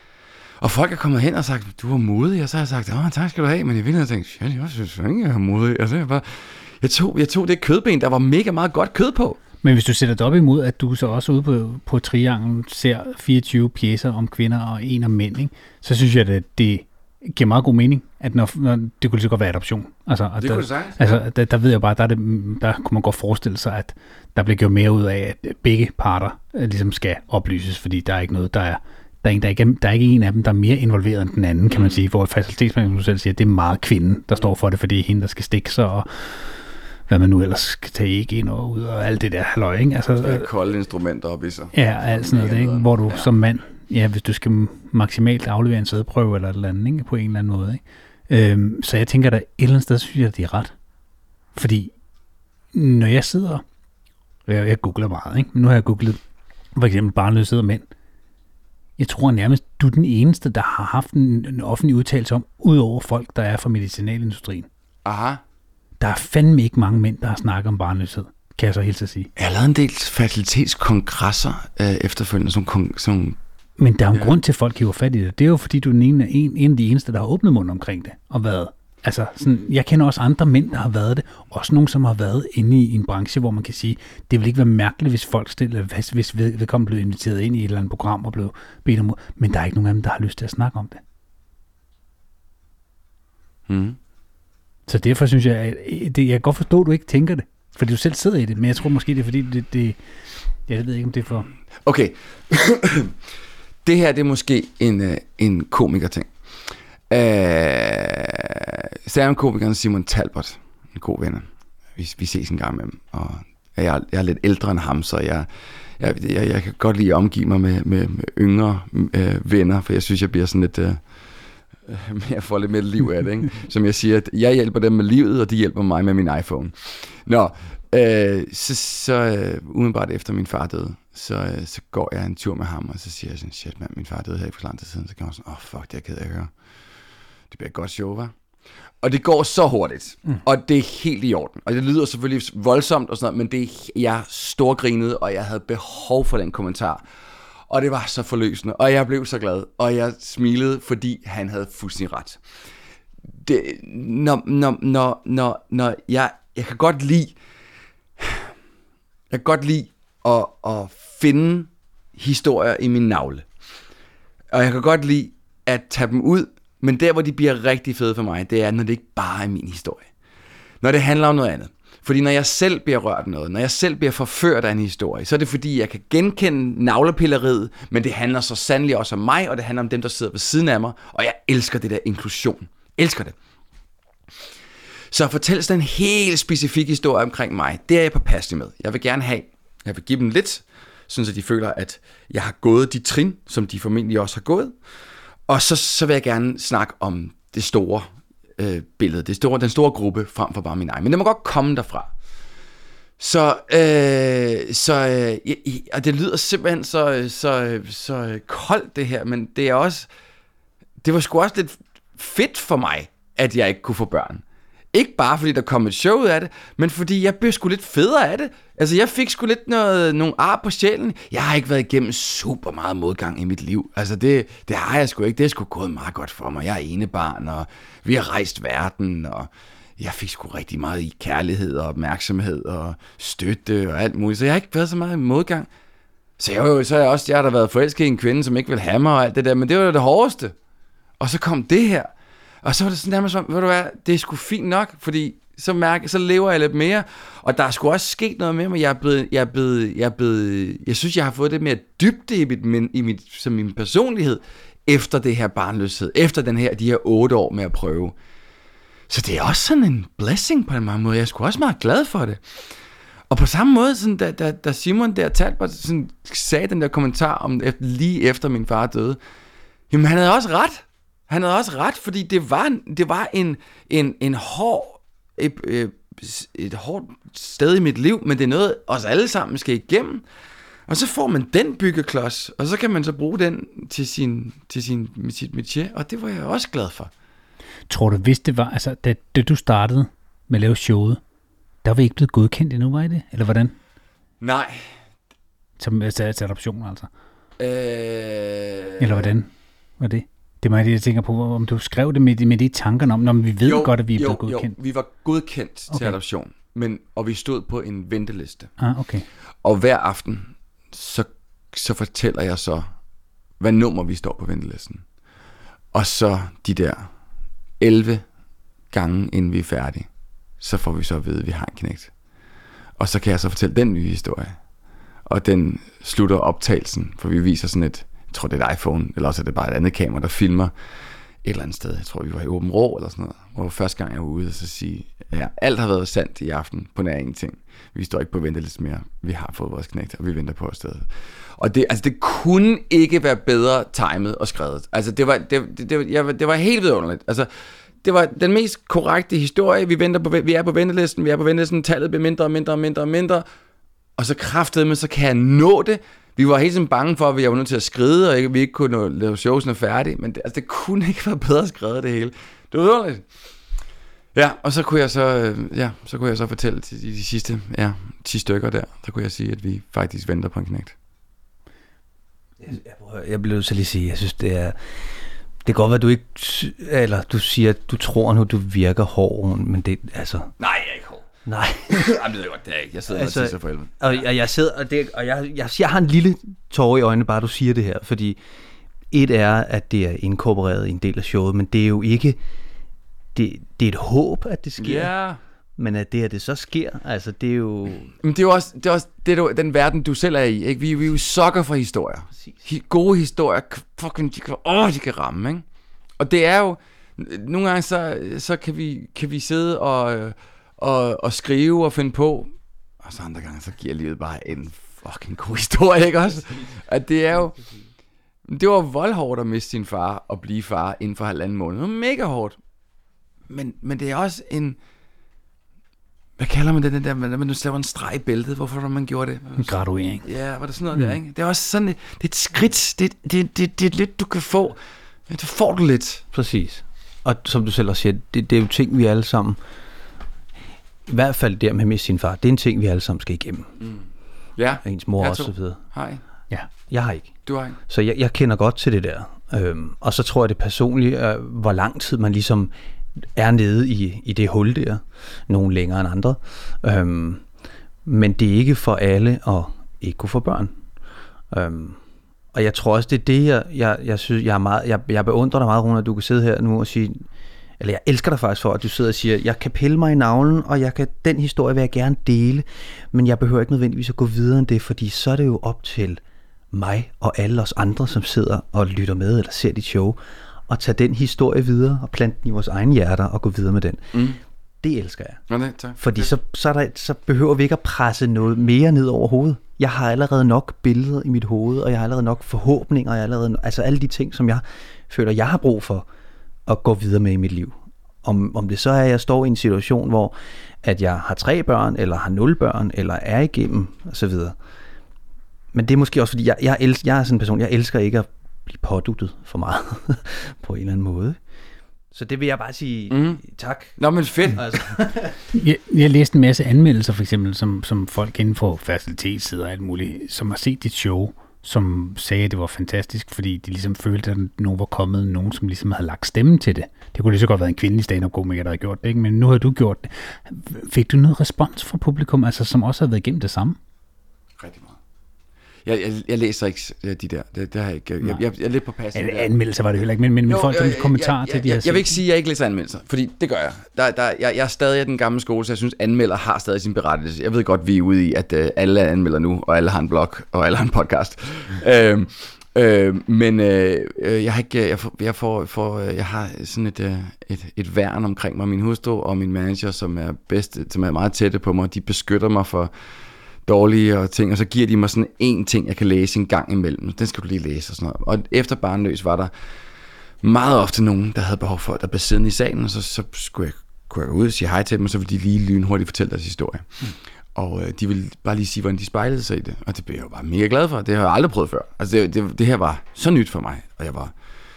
Og folk er kommet hen og sagt, du var modig, og så har jeg sagt, åh, tak skal du have, men i virkeligheden tænkte jeg, jeg synes ikke, jeg er modig. Altså, jeg, bare, jeg, tog, jeg tog det kødben, der var mega meget godt kød på. Men hvis du sætter det op imod, at du så også ude på, på Trianglen ser fireogtyve pjecer om kvinder og en om mænd, ikke? Så synes jeg, at det giver meget god mening, at når, når det kunne så godt være adoption. Altså, det der, kunne sagt. Altså, der, der ved jeg bare, der, det, der kunne man godt forestille sig, at der bliver gjort mere ud af, at begge parter ligesom skal oplyses, fordi der er ikke noget, der er Der er, en, der, er ikke, der er ikke en af dem, der er mere involveret end den anden, kan man sige, hvor facilitetsmanden, du selv siger, det er meget kvinden, der står for det, for det er hende, der skal stikke sig, og hvad man nu ellers skal tage ikke ind og ud, og alt det der halløj, ikke? Altså, der er kolde instrumenter op i sig. Ja, alt sådan noget, ikke? Hvor du ja. som mand, ja, hvis du skal maksimalt aflevere en sædeprøve eller et eller andet, ikke? På en eller anden måde, ikke? Øhm, så jeg tænker, at et eller andet sted, synes jeg, at det er ret. Fordi, når jeg sidder, jeg, jeg googler meget, ikke? Men nu har jeg googlet, for eksempel barnløshed og mænd. Jeg tror nærmest, du er den eneste, der har haft en, en offentlig udtalelse om, udover folk, der er fra medicinalindustrien. Aha. Der er fandme ikke mange mænd, der har snakket om barnløshed, kan jeg så helt at sige. Jeg har lavet en del fertilitetskongresser øh, efterfølgende, sådan, kon- sådan Men der er en ja. grund til, at folk hiver fat i det. Det er jo, fordi du er en, en, en af de eneste, der har åbnet munden omkring det, og været. Altså, sådan, jeg kender også andre mænd, der har været det. Også nogen, som har været inde i en branche, hvor man kan sige, det vil ikke være mærkeligt, hvis folk stiller, hvis, hvis vedkommende blev inviteret ind i et eller andet program og blev bedt om. Men der er ikke nogen af dem, der har lyst til at snakke om det. Mm. Så derfor synes jeg, at det, jeg kan godt forstå, at du ikke tænker det. Fordi du selv sidder i det. Men jeg tror måske, det er fordi, det, det jeg ved ikke, om det er for... Okay. Det her, det er måske en, en komiker-ting. Uh, stand-up-komikeren Simon Talbot, en god ven. Vi, vi ses en gang med ham, og jeg er, jeg er lidt ældre end ham, så jeg, jeg, jeg, jeg kan godt lide at omgive mig med, med, med yngre øh, venner, for jeg synes, jeg bliver sådan lidt... Øh, jeg får lidt mere liv af det, ikke? Som jeg siger, at jeg hjælper dem med livet, og de hjælper mig med min iPhone. Nå, øh, så, så øh, umiddelbart efter min far døde, så, øh, så går jeg en tur med ham, og så siger jeg sådan, shit mand, min far døde her ikke for lang tid siden, så kan jeg sådan, åh oh, fuck, det er ked af at høre. Det bliver et godt show, hva'? Og det går så hurtigt, mm. og det er helt i orden. Og det lyder selvfølgelig voldsomt og sådan noget, men det er, jeg storgrinede, og jeg havde behov for den kommentar. Og det var så forløsende, og jeg blev så glad, og jeg smilede, fordi han havde fuldstændig ret. Det, når, når, når, når, når jeg, jeg kan godt lide, jeg kan godt lide at, at finde historier i min navle. Og jeg kan godt lide at tage dem ud, men der, hvor de bliver rigtig fede for mig, det er, når det ikke bare er min historie. Når det handler om noget andet. Fordi når jeg selv bliver rørt af noget, når jeg selv bliver forført af en historie, så er det fordi, jeg kan genkende navlepilleriet, men det handler så sandelig også om mig, og det handler om dem, der sidder ved siden af mig, og jeg elsker det der inklusion. Elsker det. Så fortæl sådan en helt specifik historie omkring mig. Det er jeg påpasselig med. Jeg vil gerne have, jeg vil give dem lidt, sådan at de føler, at jeg har gået de trin, som de formentlig også har gået. Og så, så vil jeg gerne snakke om det store øh, billede, det store, den store gruppe, frem for bare min egen. Men det må godt komme derfra. Så, øh, så øh, og det lyder simpelthen så, så, så koldt det her, men det er også, det var sgu også lidt fedt for mig, at jeg ikke kunne få børn. Ikke bare fordi der kom et show ud af det, men fordi jeg blev sgu lidt federe af det. Altså jeg fik sgu lidt noget, nogle ar på sjælen. Jeg har ikke været igennem super meget modgang i mit liv. Altså det, det har jeg sgu ikke. Det er sgu gået meget godt for mig. Jeg er enebarn, og vi har rejst verden, og jeg fik sgu rigtig meget i kærlighed og opmærksomhed og støtte og alt muligt. Så jeg har ikke været så meget i modgang. Så jeg, jo, så har jeg også, jeg har da været forelsket i en kvinde, som ikke vil have mig og alt det der, men det var jo det hårdeste. Og så kom det her. Og så var det sådan nærmest som, ved du hvad, det er sgu fint nok, fordi så, mærker, så lever jeg lidt mere, og der er sgu også sket noget med mig. Jeg er blevet, jeg er blevet, jeg er blevet, jeg synes, jeg har fået det mere dybde i mit, i mit, som min personlighed, efter det her barnløshed, efter den her, de her otte år med at prøve. Så det er også sådan en blessing på en mange måde. Jeg er sgu også meget glad for det. Og på samme måde, sådan, da, da, da Simon der Talbot sådan, sagde den der kommentar om lige efter min far døde, jamen han havde også ret. Han havde også ret, fordi det var, det var en, en, en hård, et, et hårdt sted i mit liv, men det er noget, os alle sammen skal igennem. Og så får man den byggeklods, og så kan man så bruge den til sin, til sin, med sit métier, og det var jeg også glad for. Tror du, hvis det var, altså da, da du startede med at lave showet, der var I ikke blevet godkendt endnu, var I det? Eller hvordan? Nej. Som altså, til adoption, altså? Øh... Eller hvordan var det? Det er mig, jeg tænker på, om du skrev det med, med de tanker om, når vi ved jo, godt, at vi er jo, blevet godkendt. Jo, vi var godkendt okay. til adoption, men, og vi stod på en venteliste. Ah, okay. Og hver aften, så, så fortæller jeg så, hvad nummer vi står på ventelisten. Og så de der elleve gange, inden vi er færdige, så får vi så at vide, at vi har en knægt. Og så kan jeg så fortælle den nye historie. Og den slutter optagelsen, for vi viser sådan et, jeg tror det er et iPhone, eller også er det bare et andet kamera, der filmer et eller andet sted. Jeg tror vi var i Åben Rå eller sådan noget, hvor første gang jeg var ude og så sige, ja, alt har været sandt i aften på nær ingenting. Vi står ikke på venteliste mere. Vi har fået vores knægt, og vi venter på stedet. Og det, altså det kunne ikke være bedre timet og skrevet. Altså det var, det, det, det, jeg, det var helt vidunderligt. Altså det var den mest korrekte historie. Vi venter på, vi er på ventelisten, vi er på ventelisten, tallet bliver mindre og mindre og mindre og mindre. Og så kraftedeme, så kan jeg nå det. Vi var helt sådan bange for, at vi var nødt til at skride, og ikke, vi ikke kunne nå, lave showsene færdige, men det, altså, det kunne ikke være bedre skrevet det hele. Det var underligt. Ja, og så kunne jeg så, ja, så kunne jeg så fortælle til de, de sidste ja, ti stykker der, så kunne jeg sige, at vi faktisk venter på en knægt. Jeg, jeg bliver så lige sige, jeg synes, det er... Det kan godt være, du ikke... Eller du siger, at du tror nu, du virker hård, men det altså... Nej, jeg er ikke hård. Nej. Jamen, det er godt, det er ikke. Jeg sidder altså, og tisser for helvede. Og jeg, jeg sidder, og, det, og jeg, jeg, jeg har en lille tårer i øjnene, bare du siger det her, fordi et er, at det er inkorporeret i en del af showet, men det er jo ikke... Det, det er et håb, at det sker. Ja. Men at det, at det så sker, altså det er jo... Men det er jo også, det er også det er jo den verden, du selv er i, ikke? Vi, vi er jo sokker for historier. Hi, gode historier, fucking, de kan, åh, de kan ramme, ikke? Og det er jo... Nogle gange så, så kan, vi, kan vi sidde og, og, og skrive og finde på, og så andre gange, så giver livet bare en fucking god historie, ikke også? At det er jo... Det var voldhårdt at miste sin far og blive far inden for halvanden måned. Det var mega hårdt. Men, men det er også en... Hvad kalder man det, den der, når man nu laver en streg i bæltet? Hvorfor har man gjort det? En graduering. Ja, var det sådan noget mm. der, ikke? Det er også sådan, det, det er et skridt, det, det, det, det er lidt, du kan få. Det får du lidt. Præcis. Og som du selv også siger, det, det er jo ting, vi alle sammen, i hvert fald der med sin far, det er en ting, vi alle sammen skal igennem. Mm. Ja. Ens mor også, så videre. Hej. Ja, jeg har ikke. Du har ikke. Så jeg, jeg kender godt til det der. Øhm, og så tror jeg det personligt, øh, hvor lang tid man ligesom er nede i, i det hul der. Nogle længere end andre. Øhm, men det er ikke for alle at ikke kunne få børn. Øhm, og jeg tror også, det er det, jeg, jeg, jeg synes, jeg er meget, jeg, jeg beundrer dig meget, Rune, at du kan sidde her nu og sige, eller jeg elsker dig faktisk for, at du sidder og siger, jeg kan pille mig i navlen, og jeg kan, den historie vil jeg gerne dele, men jeg behøver ikke nødvendigvis at gå videre end det, fordi så er det jo op til mig og alle os andre, som sidder og lytter med eller ser dit show, og tage den historie videre og plante den i vores egne hjerter og gå videre med den. Mm. Det elsker jeg. Okay, tak. Fordi så, så, er der, så behøver vi ikke at presse noget mere ned over hovedet. Jeg har allerede nok billeder i mit hoved, og jeg har allerede nok forhåbninger, og jeg har allerede, altså alle de ting, som jeg føler, jeg har brug for at gå videre med i mit liv. Om, om det så er, at jeg står i en situation, hvor at jeg har tre børn, eller har nul børn, eller er igennem, og så videre. Men det er måske også, fordi jeg, jeg, elsker, jeg er sådan en person, jeg elsker ikke at blive påduttet for meget på en eller anden måde. Så det vil jeg bare sige mm. tak. Nå, men fedt. Altså. jeg, jeg læste en masse anmeldelser, for eksempel, som, som folk inden for facilitetssider og alt muligt, som har set dit show, som sagde, at det var fantastisk, fordi de ligesom følte, at nogen var kommet, nogen som ligesom havde lagt stemme til det. Det kunne lige så godt være en kvindelig stand-up-komiker, der havde gjort det, ikke? Men nu har du gjort det. Fik du noget respons fra publikum, altså som også havde været igennem det samme? Rigtig meget. Jeg, jeg, jeg læser ikke de der. Det, det har jeg ikke. Jeg, jeg, jeg, jeg er lidt på passen. Ja, anmeldelser var det heller ikke, men, men jo, folk, som kommentarer til de her. Jeg, jeg vil ikke sige, at jeg ikke læser anmeldelser, fordi det gør jeg. Der, der, jeg, jeg er stadig af den gamle skole, så jeg synes, anmelder har stadig sin berettigelse. Jeg ved godt, vi er ude i, at uh, alle er anmelder nu, og alle har en blog, og alle har en podcast. øhm, øh, men øh, jeg har ikke, jeg får, jeg får, får jeg har sådan et, øh, et, et værn omkring mig. Min hustru og min manager, som er bedste, som er meget tætte på mig, de beskytter mig for dårlige og ting, og så giver de mig sådan en ting, jeg kan læse en gang imellem. Den skal du lige læse og sådan noget. Og efter Barnløs var der meget ofte nogen, der havde behov for, der blev siddende i salen, og så, så skulle jeg, kunne jeg gå ud og sige hej til dem, og så ville de lige lynhurtigt fortælle deres historie. Mm. Og øh, de ville bare lige sige, hvordan de spejlede sig i det. Og det blev jeg jo bare mega glad for. Det har jeg aldrig prøvet før. Altså det, det, det her var så nyt for mig, og jeg var...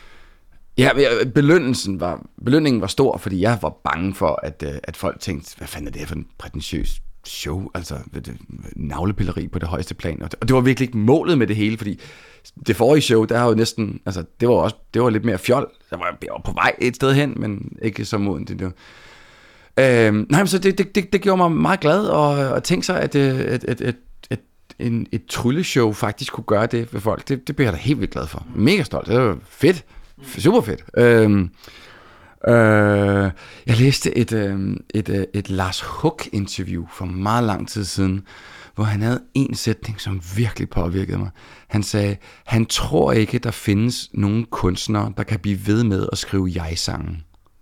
Ja, belønningen var, belønningen var stor, fordi jeg var bange for, at, at folk tænkte, hvad fanden er det her for en prætentiøs show, altså navlepilleri på det højeste plan, og det, og det var virkelig ikke målet med det hele, fordi det forrige show, der har jo næsten, altså det var også, det var lidt mere fjol, der var jeg var på vej et sted hen, men ikke så moden det der. Øhm, nej, men så det, det, det, det gjorde mig meget glad, og, og tænke sig, at, at, at, at, at en, et trylleshow faktisk kunne gøre det ved folk, det, det blev jeg da helt vildt glad for. Mega stolt, det var fedt, super fedt. Øhm, Uh, jeg læste et, uh, et, uh, et Lars Huck-interview for meget lang tid siden, hvor han havde en sætning, som virkelig påvirkede mig. Han sagde, han tror ikke, der findes nogen kunstnere, der kan blive ved med at skrive jeg-sange.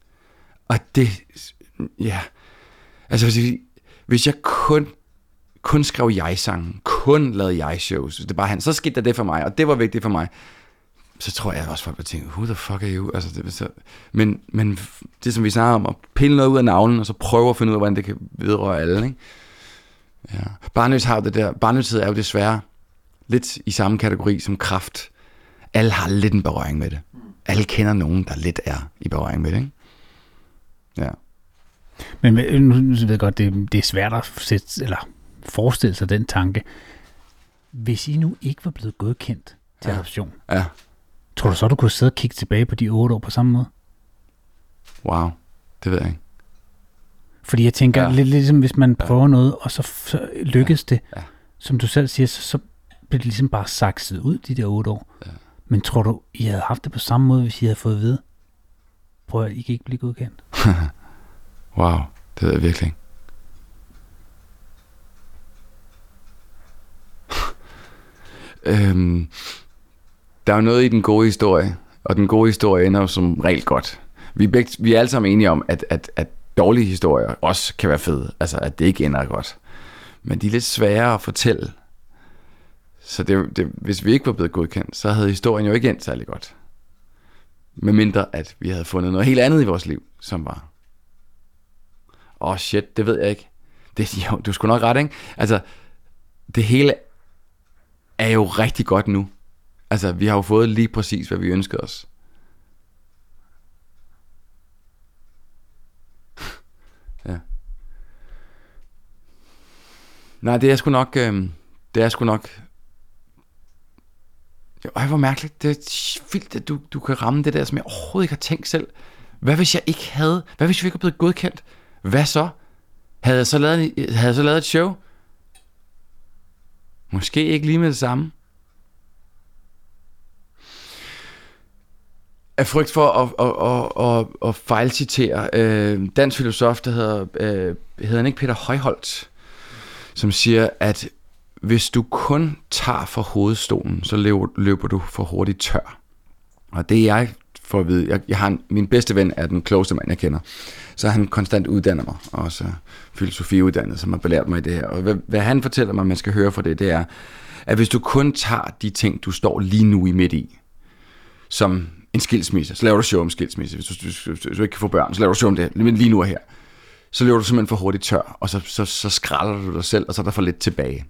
Og det, ja, altså hvis, hvis jeg kun, kun skrev jeg-sange, kun lavede jeg-shows, det bare han, så skete der det for mig, og det var vigtigt for mig. Så tror jeg også, folk vil tænke, who the fuck are you? Altså, det, så, men, men det, som vi snakker om, at pille noget ud af navlen, og så prøve at finde ud af, hvordan det kan vedrøre alle, ikke? Ja. Barnløs har det der, barnløshed er jo desværre lidt i samme kategori som kræft. Alle har lidt en berøring med det. Alle kender nogen, der lidt er i berøring med det, ikke? Ja. Men nu ved jeg godt, det, det er svært at sætte, eller forestille sig den tanke. Hvis I nu ikke var blevet godkendt til ja. adoption, ja. tror du så, du kunne sidde og kigge tilbage på de otte år på samme måde? Wow, det ved jeg ikke. Fordi jeg tænker, ja. lidt ligesom hvis man prøver ja. noget, og så, så lykkes ja. det, ja. som du selv siger, så, så bliver det ligesom bare sakset ud, de der otte år. Ja. Men tror du, I havde haft det på samme måde, hvis I havde fået at vide? Prøv at I kan ikke blive godkendt. Wow, det ved jeg virkelig ikke. øhm, der er jo noget i den gode historie, og den gode historie ender jo som regel godt. Vi er, begge, vi er alle sammen enige om, at, at, at dårlige historier også kan være fede, altså at det ikke ender godt. Men de er lidt svære at fortælle. Så det, det, hvis vi ikke var blevet godkendt, så havde historien jo ikke endt særlig godt. Med mindre at vi havde fundet noget helt andet i vores liv, som var... Åh oh shit, det ved jeg ikke. Det, jo, du skulle nok ret, ikke? Altså, det hele er jo rigtig godt nu. Altså, vi har jo fået lige præcis, hvad vi ønskede os. Ja. Nej, det er sgu nok... Øh, det er sgu nok... Ej, hvor mærkeligt. Det er vildt, at du, du kan ramme det der, som jeg overhovedet ikke har tænkt selv. Hvad hvis jeg ikke havde... Hvad hvis jeg ikke var blevet godkendt? Hvad så? Havde jeg så lavet, havde jeg så lavet et show? Måske ikke lige med det samme. Af frygt for at, at, at, at, at fejlcitere øh, dansk filosof, der hedder, øh, hedder han ikke Peter Højholt, som siger, at hvis du kun tager for hovedstolen, så løber, løber du for hurtigt tør. Og det er jeg for at vide. Jeg, jeg har en, min bedste ven er den klogeste mand, jeg kender. Så han konstant uddanner mig, og også filosofiuddannet, som har belært mig i det her. Og hvad, hvad han fortæller mig, man skal høre for det, det er, at hvis du kun tager de ting, du står lige nu i midt i, som en skilsmisse, så laver du show om skilsmisse. Hvis du, hvis, du, hvis du ikke kan få børn, så laver du show om det, men lige nu og her. Så løber du simpelthen for hurtigt tør, og så, så, så skralder du dig selv, og så er der for lidt tilbage.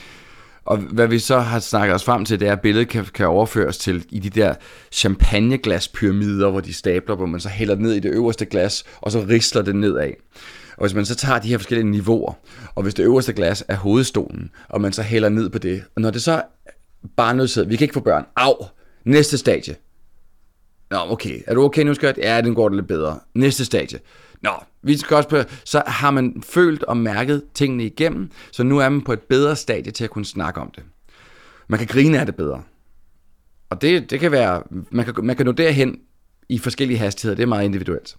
Og hvad vi så har snakket os frem til, det er, at billedet kan, kan overføres til i de der champagneglaspyramider, hvor de stabler, hvor man så hælder ned i det øverste glas, og så risler det nedad. Og hvis man så tager de her forskellige niveauer, og hvis det øverste glas er hovedstolen, og man så hælder ned på det, og når det så barnløshed, vi kan ikke få børn, au, næste stadie. Nå, okay, er du okay nu, skat? Ja, den går det lidt bedre. Næste stadie. Nå, vi skal også på, så har man følt og mærket tingene igennem, så nu er man på et bedre stadie til at kunne snakke om det. Man kan grine af det bedre. Og det, det kan være, man kan, man kan nå derhen i forskellige hastigheder, det er meget individuelt.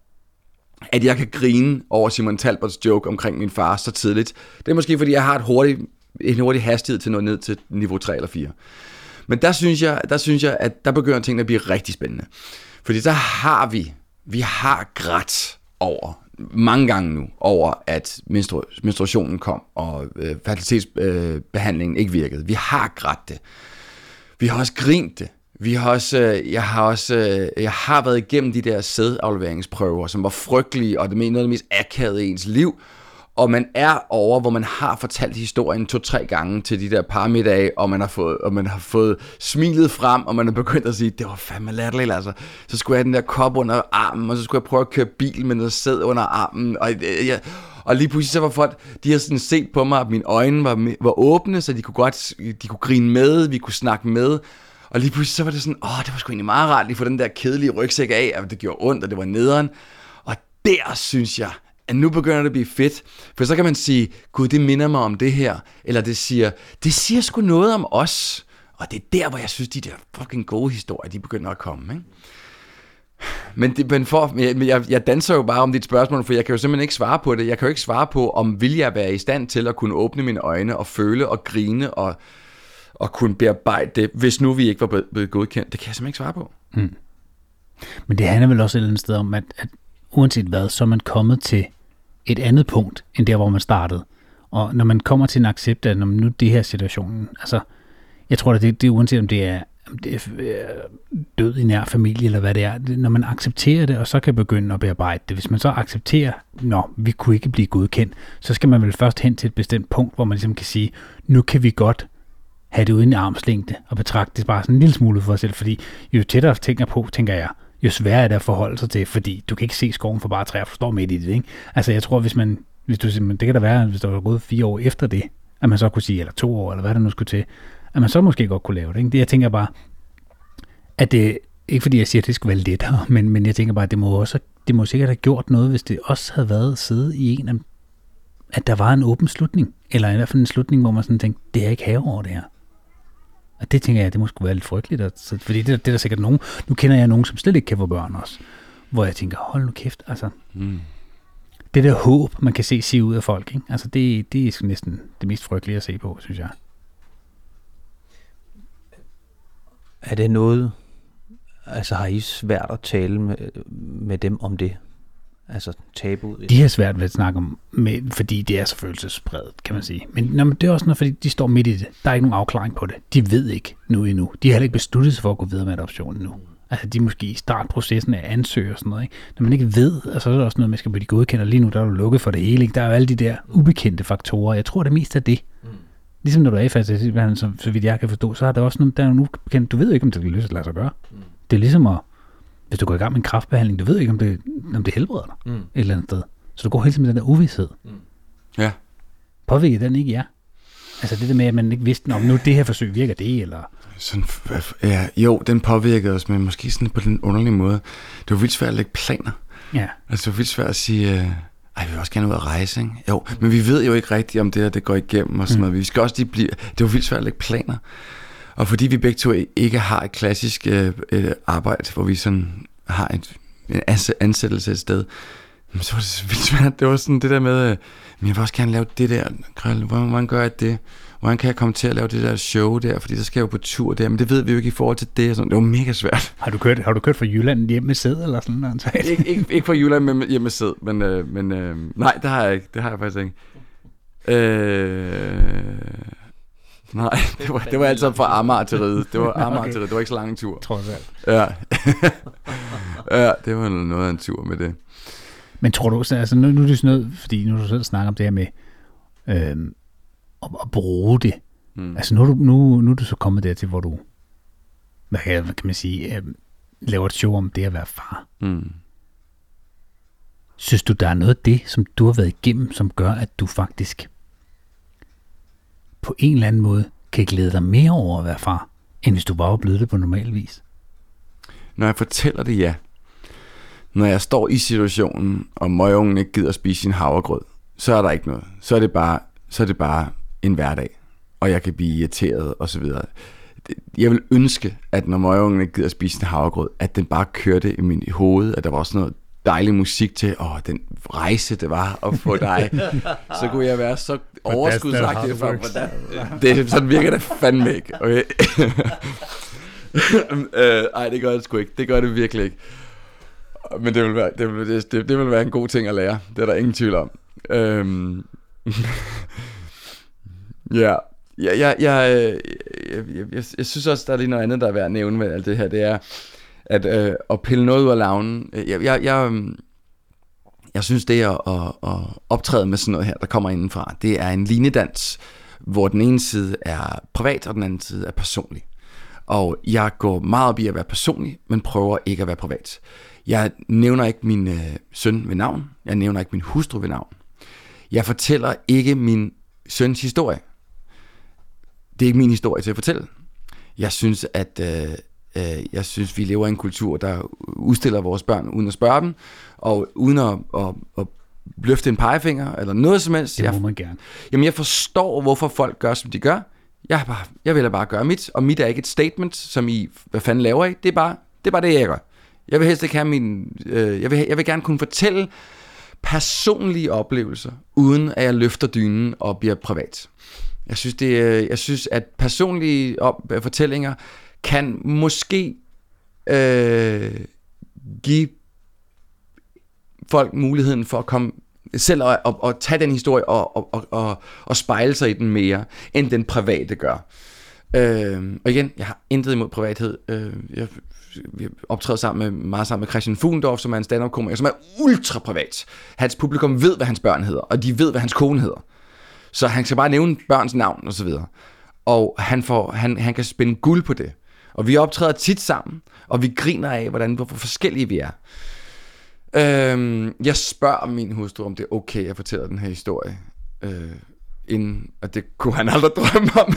At jeg kan grine over Simon Talbots joke omkring min far så tidligt, det er måske fordi, jeg har et hurtigt, en hurtig hastighed til at nå ned til niveau tre eller fire. Men der synes jeg, der synes jeg, at der begynder tingene at blive rigtig spændende. Fordi der har vi, vi har grædt over, mange gange nu, over at menstru- menstruationen kom, og øh, fertilitetsbehandlingen øh, ikke virkede. Vi har grædt det. Vi har også grint det. Vi har også, øh, jeg har også, øh, jeg har været igennem de der sædafleveringsprøver, som var frygtelige, og det er noget af det mest akavede i ens liv. Og man er over, hvor man har fortalt historien to-tre gange til de der parmiddage, og man har fået, og man har fået smilet frem, og man er begyndt at sige, det var fandme latterligt, altså. Så skulle jeg have den der kop under armen, og så skulle jeg prøve at køre bil med noget sæd under armen, og, jeg, og lige pludselig så var folk, de har sådan set på mig, at mine øjne var, var åbne, så de kunne godt, de kunne grine med, vi kunne snakke med, og lige pludselig så var det sådan, åh, det var sgu egentlig meget rart, lige få den der kedelige rygsæk af, og det gjorde ondt, og det var nederen, og der synes jeg, at nu begynder det at blive fedt, for så kan man sige, gud, det minder mig om det her, eller det siger, det siger sgu noget om os, og det er der, hvor jeg synes, de der fucking gode historier, de begynder at komme, ikke? Men, det, men for, jeg, jeg danser jo bare om dit spørgsmål, for jeg kan jo simpelthen ikke svare på det. Jeg kan jo ikke svare på, om vil jeg være i stand til at kunne åbne mine øjne og føle og grine og, og kunne bearbejde det, hvis nu vi ikke var blevet godkendt. Det kan jeg simpelthen ikke svare på. Mm. Men det handler vel også et eller andet sted om, at, at uanset hvad, så er man kommet til et andet punkt, end der, hvor man startede. Og når man kommer til en accept af, når man nu det her situationen, altså, jeg tror, at det, det er uanset om det er, om det er død i nær familie, eller hvad det er, når man accepterer det, og så kan begynde at bearbejde det. Hvis man så accepterer, nå, vi kunne ikke blive godkendt, så skal man vel først hen til et bestemt punkt, hvor man ligesom kan sige, nu kan vi godt have det uden i armslængde og betragte det bare sådan en lille smule for sig selv, fordi jo tættere tænker på, tænker jeg, jo sværere er det at forholde sig til, fordi du kan ikke se skoven for bare træer, for du står midt i det, ikke? Altså jeg tror, hvis man, hvis du det kan da være, hvis der var gået fire år efter det, at man så kunne sige, eller to år, eller hvad der nu skulle til, at man så måske godt kunne lave det, ikke? Det jeg tænker bare, at det, ikke fordi jeg siger, at det skulle være lettere, men, men jeg tænker bare, at det må også, det må sikkert have gjort noget, hvis det også havde været siddet i en af, at der var en åben slutning, eller i hvert fald en slutning, hvor man sådan tænkte, det er ikke have over det her. Og det tænker jeg, det må sgu være lidt frygteligt, at, så, fordi det, det er der sikkert nogen, nu kender jeg nogen, som slet ikke kan få børn også, hvor jeg tænker, hold nu kæft, altså, mm. det der håb, man kan se sige ud af folk, ikke? Altså det, det er sgu næsten det mest frygtelige at se på, synes jeg. Er det noget, altså har I svært at tale med, med dem om det? Altså tabuet? De har svært ved at snakke om, med, fordi det er så følelsesbredt, kan man sige. Men, nå, men det er også noget, fordi de står midt i det. Der er ikke nogen afklaring på det. De ved ikke nu endnu. De har heller ikke besluttet sig for at gå videre med adoptionen nu. Altså de er måske i startprocessen af ansøger og sådan noget, ikke? Når man ikke ved, altså så er der også noget, man skal blive godkendt, og lige nu der er du lukket for det hele, ikke? Der er jo alle de der ubekendte faktorer. Jeg tror, det mest er det. Mm. Ligesom når du er i fast, så, så vidt jeg kan forstå, så er der også noget, der er nogle ubekendt. Du ved ikke, om det kan løse at lade sig gøre. Mm. Det er ligesom at, hvis du går i gang med en kræftbehandling, du ved ikke, om det, om det helbreder dig mm. et eller andet sted. Så du går hele tiden med den der uvished. Mm. Ja. Påvirker den ikke jer? Altså det der med, at man ikke vidste, om nu det her forsøg virker det, eller... Sådan, ja, jo, den påvirkede os, men måske sådan på den underlige måde. Det var vildt svært at lægge planer. Ja. Altså det var vildt svært at sige, øh, ej, vi vil også gerne ud at rejse, ikke? Jo, men vi ved jo ikke rigtigt, om det her, det går igennem og sådan mm. noget. Vi skal også lige blive... Det var vildt svært at lægge planer. Og fordi vi begge to ikke har et klassisk øh, et arbejde, hvor vi sådan har et, en ansættelse et sted, så var det vildt svært. Det var sådan det der med, øh, men jeg vil også gerne lave det der. Hvordan, hvordan gør jeg det? Hvordan kan jeg komme til at lave det der show der? Fordi så skal jeg jo på tur der, men det ved vi jo ikke i forhold til det. Sådan. Det var mega svært. Har du kørt, har du kørt fra Jylland hjem med sæd eller sådan noget? ikke, ikke, ikke fra Jylland med, hjem med sæd, men, øh, men øh, nej, det har jeg ikke. Det har jeg faktisk ikke. Øh, nej, det var, det var altså fra Amager til Ride. Det var Amager okay. til Ride. Det var ikke så lang en tur. Trods alt. Ja. Ja, det var noget af en tur med det. Men tror du, altså nu, nu er det sådan noget, fordi nu du selv snakker om det her med øh, at, at bruge det. Mm. Altså nu er, du, nu, nu er du så kommet dertil, hvor du, hvad kan, hvad kan man sige, øh, laver et show om det at være far. Mm. Synes du, der er noget af det, som du har været igennem, som gør, at du faktisk på en eller anden måde kan glæde dig mere over at være far, end hvis du bare var blevet det på normal vis? Når jeg fortæller det, ja. Når jeg står i situationen, og møgungen ikke gider at spise sin havregrød, så er der ikke noget. Så er det bare, så er det bare en hverdag, og jeg kan blive irriteret og så videre. Jeg vil ønske, at når møgungen ikke gider at spise sin havregrød, at den bare kørte i min hoved, at der var også noget dejlig musik til, åh, den rejse, det var at få dig. Så kunne jeg være så overskudsagtig for, hvordan det, sådan virker det fandme ikke. Okay? øh, ej, det gør det sgu ikke. Det gør det virkelig ikke. Men det vil være, det vil, det, det vil være en god ting at lære. Det er der ingen tvivl om. Øhm. ja, jeg, jeg, jeg, jeg, jeg, jeg synes også, der er lige noget andet, der er værd at nævne med alt det her. Det er, at øh, at pille noget ud af lavnen. Jeg, jeg, jeg, jeg synes, det at, at, at optræde med sådan noget her, der kommer indenfra, det er en linedans, hvor den ene side er privat, og den anden side er personlig. Og jeg går meget op i at være personlig, men prøver ikke at være privat. Jeg nævner ikke min øh, søn ved navn. Jeg nævner ikke min hustru ved navn. Jeg fortæller ikke min søns historie. Det er ikke min historie til at fortælle. Jeg synes, at øh, øh, jeg synes, vi lever i en kultur, der udstiller vores børn uden at spørge dem, og uden at, at, at løfte en pegefinger, eller noget som helst. Det må man gerne. Jamen, jeg forstår, hvorfor folk gør, som de gør. Jeg, bare, jeg vil bare gøre mit, og mit er ikke et statement, som I, hvad fanden laver I? Det er bare det, er bare det jeg gør. Jeg vil helst ikke have min, øh, jeg, vil, jeg vil gerne kunne fortælle personlige oplevelser, uden at jeg løfter dynen og bliver privat. Jeg synes, det, jeg synes at personlige op, fortællinger kan måske øh, give folk muligheden for at komme selv og, og, og tage den historie og, og, og, og, og spejle sig i den mere, end den private gør. Øh, og igen, jeg har intet imod privathed. Øh, jeg, jeg optræder sammen med, meget sammen med Christian Fuglendorf, som er en stand-up-komiker, som er ultra privat. Hans publikum ved, hvad hans børn hedder, og de ved, hvad hans kone hedder. Så han skal bare nævne børns navn og så videre. og han, får, han, han kan spænde guld på det. Og vi optræder tit sammen, og vi griner af, hvordan hvor forskellige vi er. Øhm, jeg spørger min hustru, om det er okay, at fortælle den her historie. Øh, inden, og det kunne han aldrig drømme om.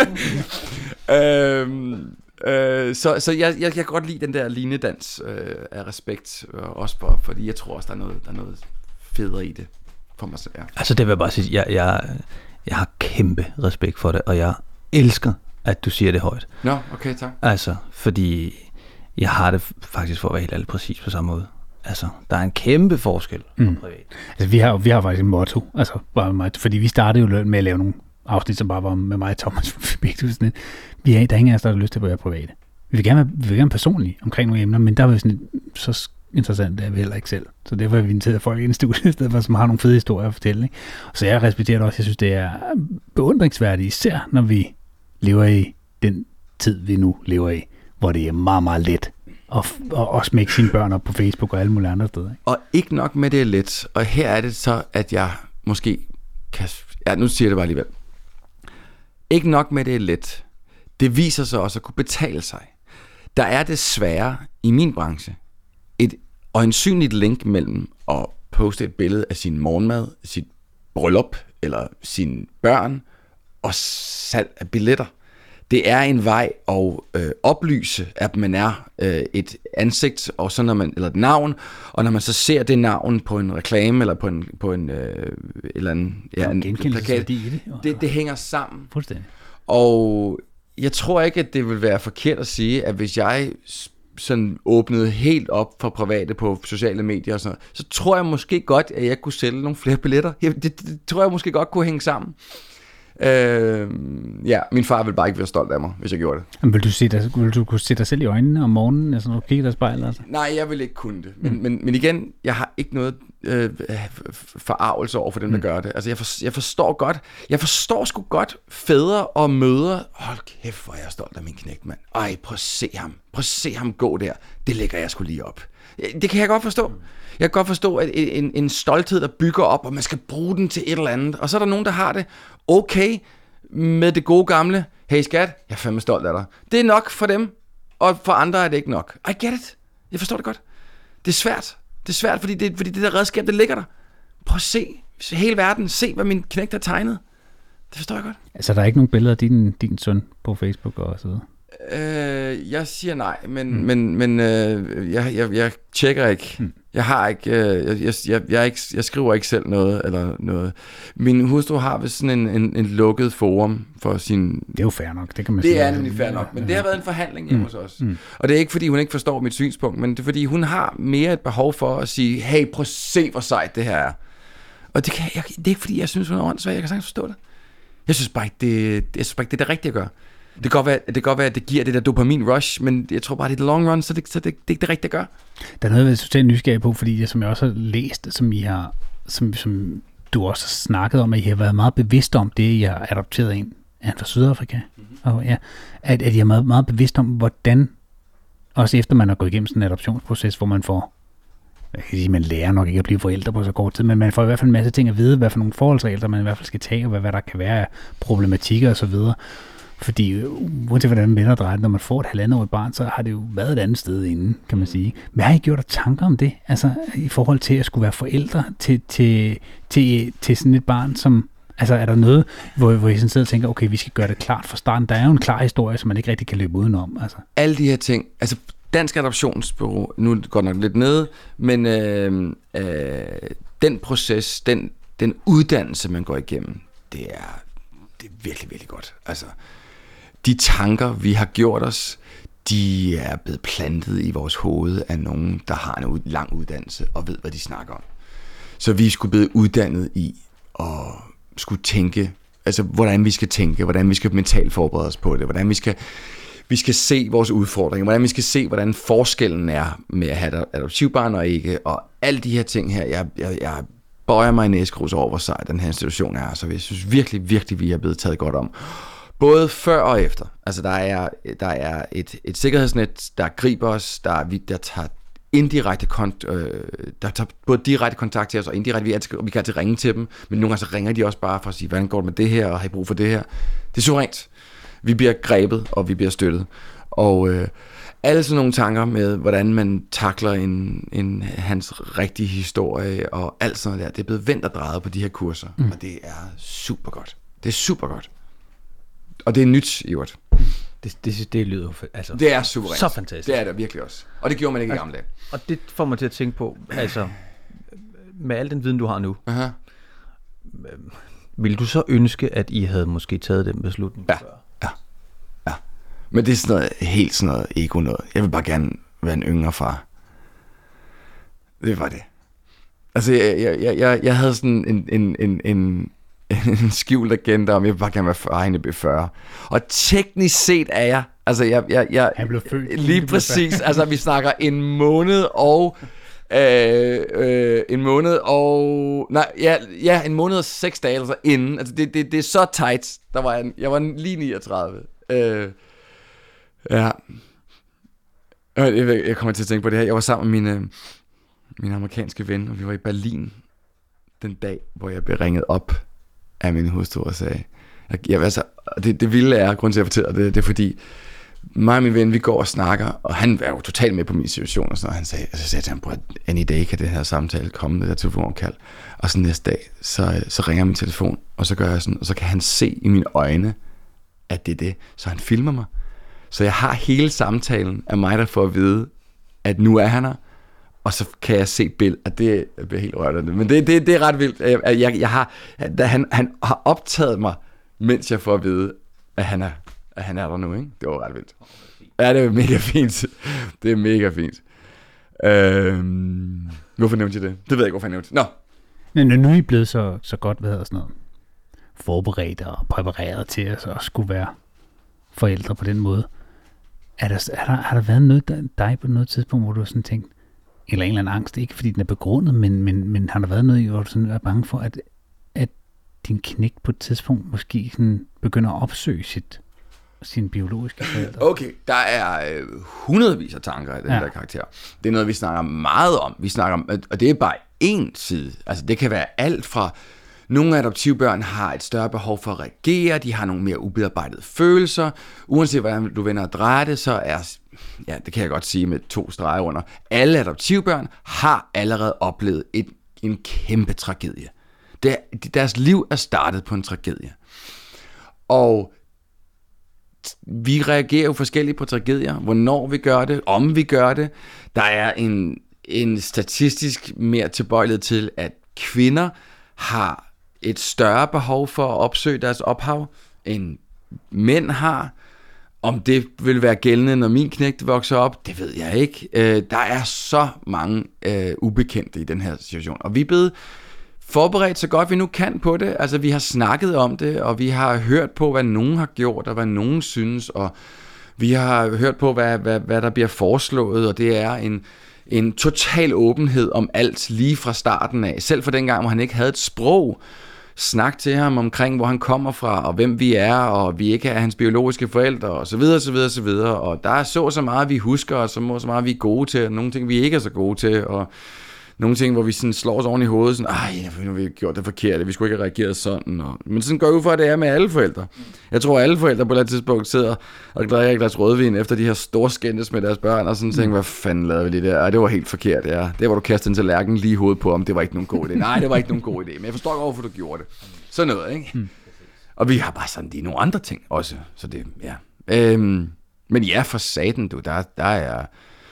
øhm, øh, så så jeg, jeg, jeg kan godt lide den der linedans øh, af respekt, og også for, fordi jeg tror også, der er noget, der er noget federe i det for mig selv. Ja. Altså det vil jeg bare sige, jeg, jeg, jeg har kæmpe respekt for det, og jeg elsker, at du siger det højt. Nå, okay, tak. Altså, fordi jeg har det faktisk for at være helt ærlig præcis på samme måde. Altså, der er en kæmpe forskel mm. på privat. Altså, vi har, vi har faktisk en motto, altså, bare mig, fordi vi startede jo med at lave nogle afsnit, som bare var med mig og Thomas. Vi er, der er ingen af os, der har lyst til at være private. Vi vil gerne være, vi vil gerne være personlige omkring nogle emner, men der er vi sådan så interessant, det er vi heller ikke selv. Så derfor har vi inviteret folk ind i studiet, i stedet for, som har nogle fede historier at fortælle. Ikke? Så jeg respekterer det også. Jeg synes, det er beundringsværdigt, især når vi lever i den tid, vi nu lever i, hvor det er meget, meget let og, og også smække sine børn op på Facebook og alle mulige andre steder. Ikke? Og ikke nok med det er let. Og her er det så, at jeg måske kan... Ja, nu siger jeg det bare alligevel. Ikke nok med det er let. Det viser sig også at kunne betale sig. Der er desværre i min branche et øjensynligt link mellem at poste et billede af sin morgenmad, sit bryllup eller sine børn og salg af billetter. Det er en vej at øh, oplyse, at man er øh, et ansigt og så når man, eller et navn, og når man så ser det navn på en reklame eller på en, på en øh, eller anden ja, en plakat, det, det, det hænger sammen. Fuldstændig. Og jeg tror ikke, at det vil være forkert at sige, at hvis jeg sådan åbnede helt op for private på sociale medier og sådan noget, så tror jeg måske godt, at jeg kunne sælge nogle flere billetter. Det, det, det tror jeg måske godt kunne hænge sammen. Øh, ja, min far ville bare ikke være stolt af mig, hvis jeg gjorde det. Men vil du, se dig, vil du kunne se dig selv i øjnene om morgenen, altså når du kigger i dig spejl? Altså? Nej, jeg vil ikke kunne det. Men, mm. men, men igen, jeg har ikke noget øh, forarvelse over for dem, der mm. gør det. Altså, jeg, for, jeg forstår godt, jeg forstår sgu godt fædre og mødre. Hold kæft, hvor er jeg stolt af min knægt, mand. Ej, prøv at se ham. Prøv at se ham gå der. Det lægger jeg sgu lige op. Det kan jeg godt forstå. Jeg kan godt forstå, at en, en stolthed, der bygger op, og man skal bruge den til et eller andet. Og så er der nogen, der har det okay med det gode gamle. Hey skat, jeg er fandme stolt af dig. Det er nok for dem, og for andre er det ikke nok. I get it. Jeg forstår det godt. Det er svært. Det er svært, fordi det, fordi det der redskab, det ligger der. Prøv at se. Hele verden. Se, hvad min knægt har tegnet. Det forstår jeg godt. Altså, der er ikke nogen billeder af din, din søn på Facebook og så videre? Øh, jeg siger nej, men, mm. men, men øh, jeg, jeg, jeg tjekker ikke. Mm. Jeg har ikke, øh, jeg, jeg, jeg, er ikke, jeg skriver ikke selv noget eller noget. Min hustru har vist sådan en, en, en lukket forum for sin. Det er jo fair nok, det kan man det sige. Det er nemlig fair nok, men det har været en forhandling hjemme mm. hos os. Mm. Og det er ikke fordi hun ikke forstår mit synspunkt, men det er fordi hun har mere et behov for at sige, hey, prøv at se hvor sejt det her er. Og det, kan jeg, det er ikke fordi jeg synes hun er åndssvag, jeg kan sagtens forstå det. Jeg synes bare ikke det, jeg synes bare ikke det er det rigtige at gøre. Det kan godt være, det kan godt være, at det giver det der dopamin-rush, men jeg tror bare, det er det long run, så det, så det, det er ikke det rigtige at gøre. Der er noget, jeg er totalt nysgerrig på, fordi jeg, som jeg også har læst, som, I har, som, som du også har snakket om, at I har været meget bevidst om det, I har adopteret en, en fra Sydafrika. Mm-hmm. Og ja, at, at I er meget, meget bevidst om, hvordan, også efter man har gået igennem sådan en adoptionsproces, hvor man får, jeg kan sige, man lærer nok ikke at blive forældre på så kort tid, men man får i hvert fald en masse ting at vide, hvad for nogle forholdsregler man i hvert fald skal tage, og hvad, hvad der kan være af problematikker og så videre. Fordi uanset hvordan man vender og drejer, når man får et halvandetårigt barn, så har det jo været et andet sted inden, kan man sige. Hvad har I gjort af tanker om det? Altså i forhold til at skulle være forældre til, til, til, til sådan et barn, som... Altså er der noget, hvor, hvor I sådan sidder og tænker, okay, vi skal gøre det klart fra starten. Der er jo en klar historie, som man ikke rigtig kan løbe udenom. Altså. Alle de her ting, altså Dansk Adoptionsbureau, nu er det godt nok lidt nede, men øh, øh, den proces, den, den uddannelse, man går igennem, det er, det er virkelig, virkelig godt. Altså, de tanker, vi har gjort os, de er blevet plantet i vores hoved af nogen, der har en lang uddannelse og ved, hvad de snakker om. Så vi skulle blive uddannet i at skulle tænke, altså hvordan vi skal tænke, hvordan vi skal mentalt forberede os på det, hvordan vi skal, vi skal se vores udfordringer, hvordan vi skal se, hvordan forskellen er med at have et adoptivbarn og ikke, og alle de her ting her, jeg, jeg, jeg bøjer mig i næsegrus over, hvor sej den her institution er, så jeg synes virkelig, virkelig, vi er blevet taget godt om. Både før og efter. Altså der er, der er et, et sikkerhedsnet, der griber os, der, vi, der tager indirekte kont, øh, der tager både direkte kontakt til os og indirekte, vi, altid, vi kan altid ringe til dem, men nogle gange så ringer de også bare for at sige, hvordan går det med det her, og har I brug for det her? Det er suverænt. vi bliver grebet, og vi bliver støttet. Og øh, alle sådan nogle tanker med, hvordan man takler en, en, hans rigtige historie, og alt sådan noget der, det er blevet vendt og drejet på de her kurser, mm. og det er super godt. Det er super godt. Og det er nyt, i øvrigt. Det, det, det lyder altså det er suverænt. Så fantastisk. Det er det virkelig også. Og det gjorde man ikke i gamle dage. Og det får mig til at tænke på, altså, med al den viden, du har nu, Aha. ville du så ønske, at I havde måske taget den beslutning ja. før? Ja, ja. Men det er sådan noget, helt sådan noget ego noget. Jeg vil bare gerne være en yngre far. Det var det. Altså, jeg, jeg, jeg, jeg, jeg havde sådan en, en, en, en, en skjult agenda om, jeg vil bare gerne være far, hende blev fyrre. Og teknisk set er jeg, altså jeg... jeg, jeg Han blev født. Lige præcis, altså vi snakker en måned og... Øh, øh, en måned og... Nej, ja, ja en måned og seks dage altså inden. Altså det, det, det er så tight. Der var jeg, jeg var lige niogtredive. Øh, ja. Jeg, jeg kommer til at tænke på det her. Jeg var sammen med mine, mine amerikanske ven, og vi var i Berlin den dag, hvor jeg blev ringet op af min hustru og sagde... Jeg, jeg, altså, det, det vilde er, grund til at fortælle det, det er fordi... Mig og min ven, vi går og snakker, og han er jo totalt med på min situation, og sådan noget. Han sagde, altså, jeg sagde til ham, bror, any day kan det her samtale komme, det der telefonopkald. Og så næste dag, så, så ringer min telefon, og så gør jeg sådan, og så kan han se i mine øjne, at det er det. Så han filmer mig. Så jeg har hele samtalen af mig, der får at vide, at nu er han her, og så kan jeg se billeder, at det bliver helt rørt af det. Men det, det, det er ret vildt. Jeg, jeg, jeg har, da han, han har optaget mig, mens jeg får at vide, at han er at han er der nu, ikke? Det var ret vildt. Ja, det er mega fint. Det er mega fint. Øhm, hvorfor nævnte jeg det? Det ved jeg ikke, hvorfor jeg nævnte det. Nå. Men nu er I blevet så, så godt, hvad hedder sådan noget, forberedt og præpareret til at, at skulle være forældre på den måde. Er der, er der, har der været noget der, dig på noget tidspunkt, hvor du har sådan tænkt, eller en eller anden angst, ikke fordi den er begrundet, men, men, men har der været noget, hvor du sådan er bange for, at, at din knægt på et tidspunkt måske sådan begynder at opsøge sit sine biologiske forældre? Okay, der er øh, hundredvis af tanker i den ja. der karakter. Det er noget, vi snakker meget om. Vi snakker om, og det er bare én side. Altså, det kan være alt fra, nogle adoptivbørn har et større behov for at reagere, de har nogle mere ubearbejdede følelser. Uanset hvordan du vender og drejer det, så er, ja, det kan jeg godt sige med to streger under, alle adoptivbørn har allerede oplevet et, en kæmpe tragedie. Der, deres liv er startet på en tragedie. Og vi reagerer jo forskelligt på tragedier, hvornår vi gør det, om vi gør det. Der er en, en statistisk mere tilbøjelighed til, at kvinder har et større behov for at opsøge deres ophav, end mænd har. Om det vil være gældende, når min knægt vokser op, det ved jeg ikke. Der er så mange ubekendte i den her situation, og vi er blevet forberedt så godt vi nu kan på det. Altså vi har snakket om det, og vi har hørt på, hvad nogen har gjort, og hvad nogen synes, og vi har hørt på, hvad, hvad, hvad der bliver foreslået, og det er en, en total åbenhed om alt lige fra starten af. Selv for dengang, hvor han ikke havde et sprog. Snak til ham omkring, hvor han kommer fra, og hvem vi er, og vi ikke er hans biologiske forældre, og så videre, så videre, så videre. Og der er så så meget, vi husker, og så, så meget, vi er gode til, og nogle ting, vi ikke er så gode til, og nogle ting, hvor vi sådan slår os oven i hovedet, sådan, ej, nu har vi gjort det forkert, vi skulle ikke have reageret sådan. Og, men sådan går jo for, at det er med alle forældre. Jeg tror, at alle forældre på et tidspunkt sidder og drikker et glas rødvin efter de her store skændes med deres børn, og sådan mm. tænker, hvad fanden lavede vi lige der? Ej, det var helt forkert, ja. Det var du kastede en tallerken lige i hovedet på, om det var ikke nogen god idé. Nej, det var ikke nogen god idé, men jeg forstår ikke, hvorfor du gjorde det. Sådan noget, ikke? Mm. Og vi har bare sådan lige nogle andre ting også, så det, ja. Øhm, men ja, for satan, du, der, der er...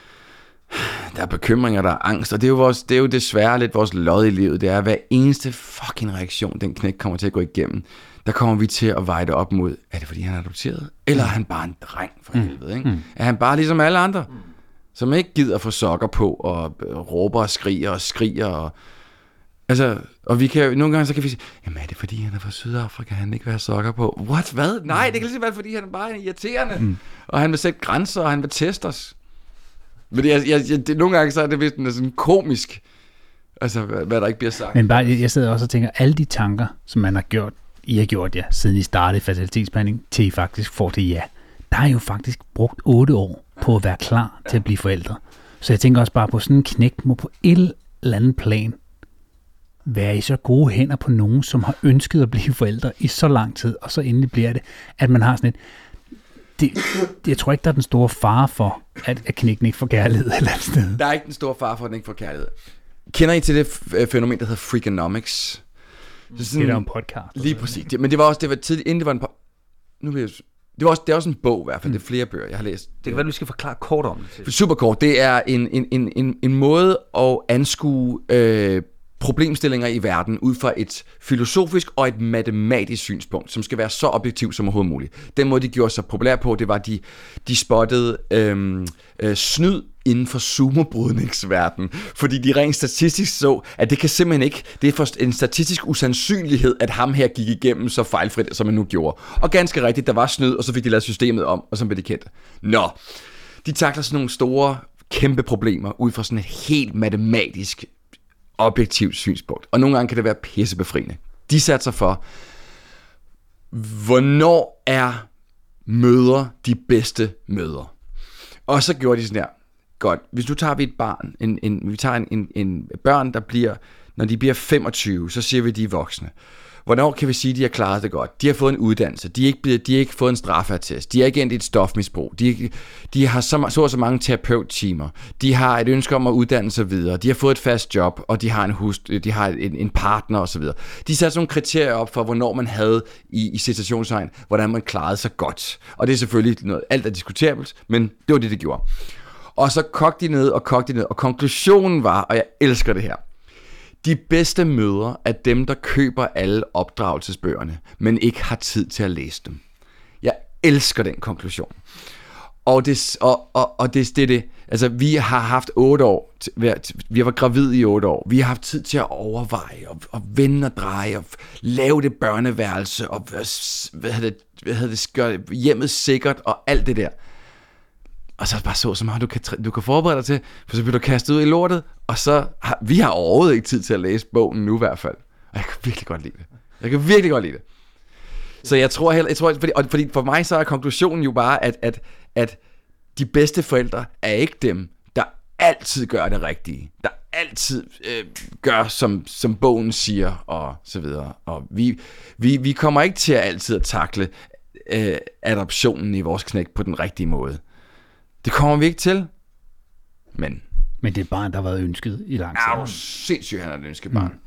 Der er bekymringer, der er angst, og det er jo, vores, det er jo desværre lidt vores lod i livet. Det er, at hver eneste fucking reaktion, den knæk kommer til at gå igennem, der kommer vi til at veje det op mod, er det fordi han er adopteret? Eller er han bare en dreng for helvede, ikke? Mm. Er han bare ligesom alle andre, som ikke gider få sokker på, og råber og skriger og skriger, og altså, og vi kan nogle gange så kan vi sige, jamen er det fordi han er fra Sydafrika, han ikke vil have sokker på? What? Hvad? Nej, det kan lige være fordi han er bare irriterende, mm. og han vil sætte grænser, og han vil teste os. Men jeg, jeg, jeg, det, nogle gange så er det vist sådan komisk, altså hvad, hvad der ikke bliver sagt. Men bare, jeg sidder også og tænker, alle de tanker, som man har gjort, I har gjort ja, siden I startede fertilitetsbehandling, til I faktisk får det ja. Der er jo faktisk brugt otte år på at være klar til at blive forældre. Så jeg tænker også bare på sådan en knægt må på et eller andet plan være i så gode hænder på nogen, som har ønsket at blive forældre i så lang tid, og så endelig bliver det, at man har sådan et, det, jeg tror ikke, der er den store fare for, at, at knækken ikke får kærlighed et eller andet sted. Der er ikke den store fare for, at den ikke får kærlighed. Kender I til det f- fænomen, der hedder Freakonomics? Så sådan, det er der en podcast. Lige præcis. Det, men det var også, det var tidligt, inden det var en po- nu vil jeg, det var også, det er også en bog i hvert fald, mm. det er flere bøger, jeg har læst. Det kan være, du skal forklare kort om det. Super kort. Det er en, en, en, en, en måde at anskue øh, problemstillinger i verden ud fra et filosofisk og et matematisk synspunkt, som skal være så objektivt som overhovedet muligt. Den måde, de gjorde sig populære på, det var, at de, de spottede øh, øh, snyd inden for sumobrydningsverden, fordi de rent statistisk så, at det kan simpelthen ikke, det er for en statistisk usandsynlighed, at ham her gik igennem så fejlfrit, som han nu gjorde. Og ganske rigtigt, der var snyd, og så fik de lavet systemet om, og så blev de kendt. Nå, de takler sådan nogle store, kæmpe problemer ud fra sådan et helt matematisk, objektivt synspunkt. Og nogle gange kan det være pissebefriende. De satte sig for, hvornår er mødre de bedste mødre? Og så gjorde de sådan her. Godt, hvis du tager vi et barn, en, en, vi tager en, en, en børn, der bliver, når de bliver femogtyve, så siger vi, de er voksne. Hvornår kan vi sige, at de har klaret det godt? De har fået en uddannelse, de har ikke, de har ikke fået en straffeattest, de har ikke endt i et stofmisbrug, de, de har så, så, så mange terapeuttimer, de har et ønske om at uddanne sig videre, de har fået et fast job, og de har en, hus, de har en, en partner osv. De satte sådan nogle kriterier op for, hvornår man havde i, i citationstegn, hvordan man klarede sig godt. Og det er selvfølgelig noget, alt er diskutabelt, men det var det, det gjorde. Og så kogte de ned og kogte de ned, og konklusionen var, og jeg elsker det her, de bedste mødre er dem, der køber alle opdragelsesbøgerne, men ikke har tid til at læse dem. Jeg elsker den konklusion. Og det, og, og, og det, det, det, altså vi har haft otte år, vi har været gravide i otte år, vi har haft tid til at overveje, og, og vende og dreje, og lave det børneværelse, og hvad hedder det, hvad hedder det, gøre hjemmet sikkert, og alt det der. Og så bare så, så meget du kan, du kan forberede dig til, for så bliver du kastet ud i lortet, og så har, vi har overhovedet ikke tid til at læse bogen nu i hvert fald. Og jeg kan virkelig godt lide det. Jeg kan virkelig godt lide det. Så jeg tror heller, jeg tror, fordi, og fordi for mig så er konklusionen jo bare, at, at, at de bedste forældre er ikke dem, der altid gør det rigtige. Der altid øh, gør, som, som bogen siger, og så videre. Og vi, vi, vi kommer ikke til at altid at takle øh, adoptionen i vores knæk på den rigtige måde. Det kommer vi ikke til. Men Men det er barn, der har været ønsket i lang tid. Ja, sindssygt, han er et ønskebarn. Mm.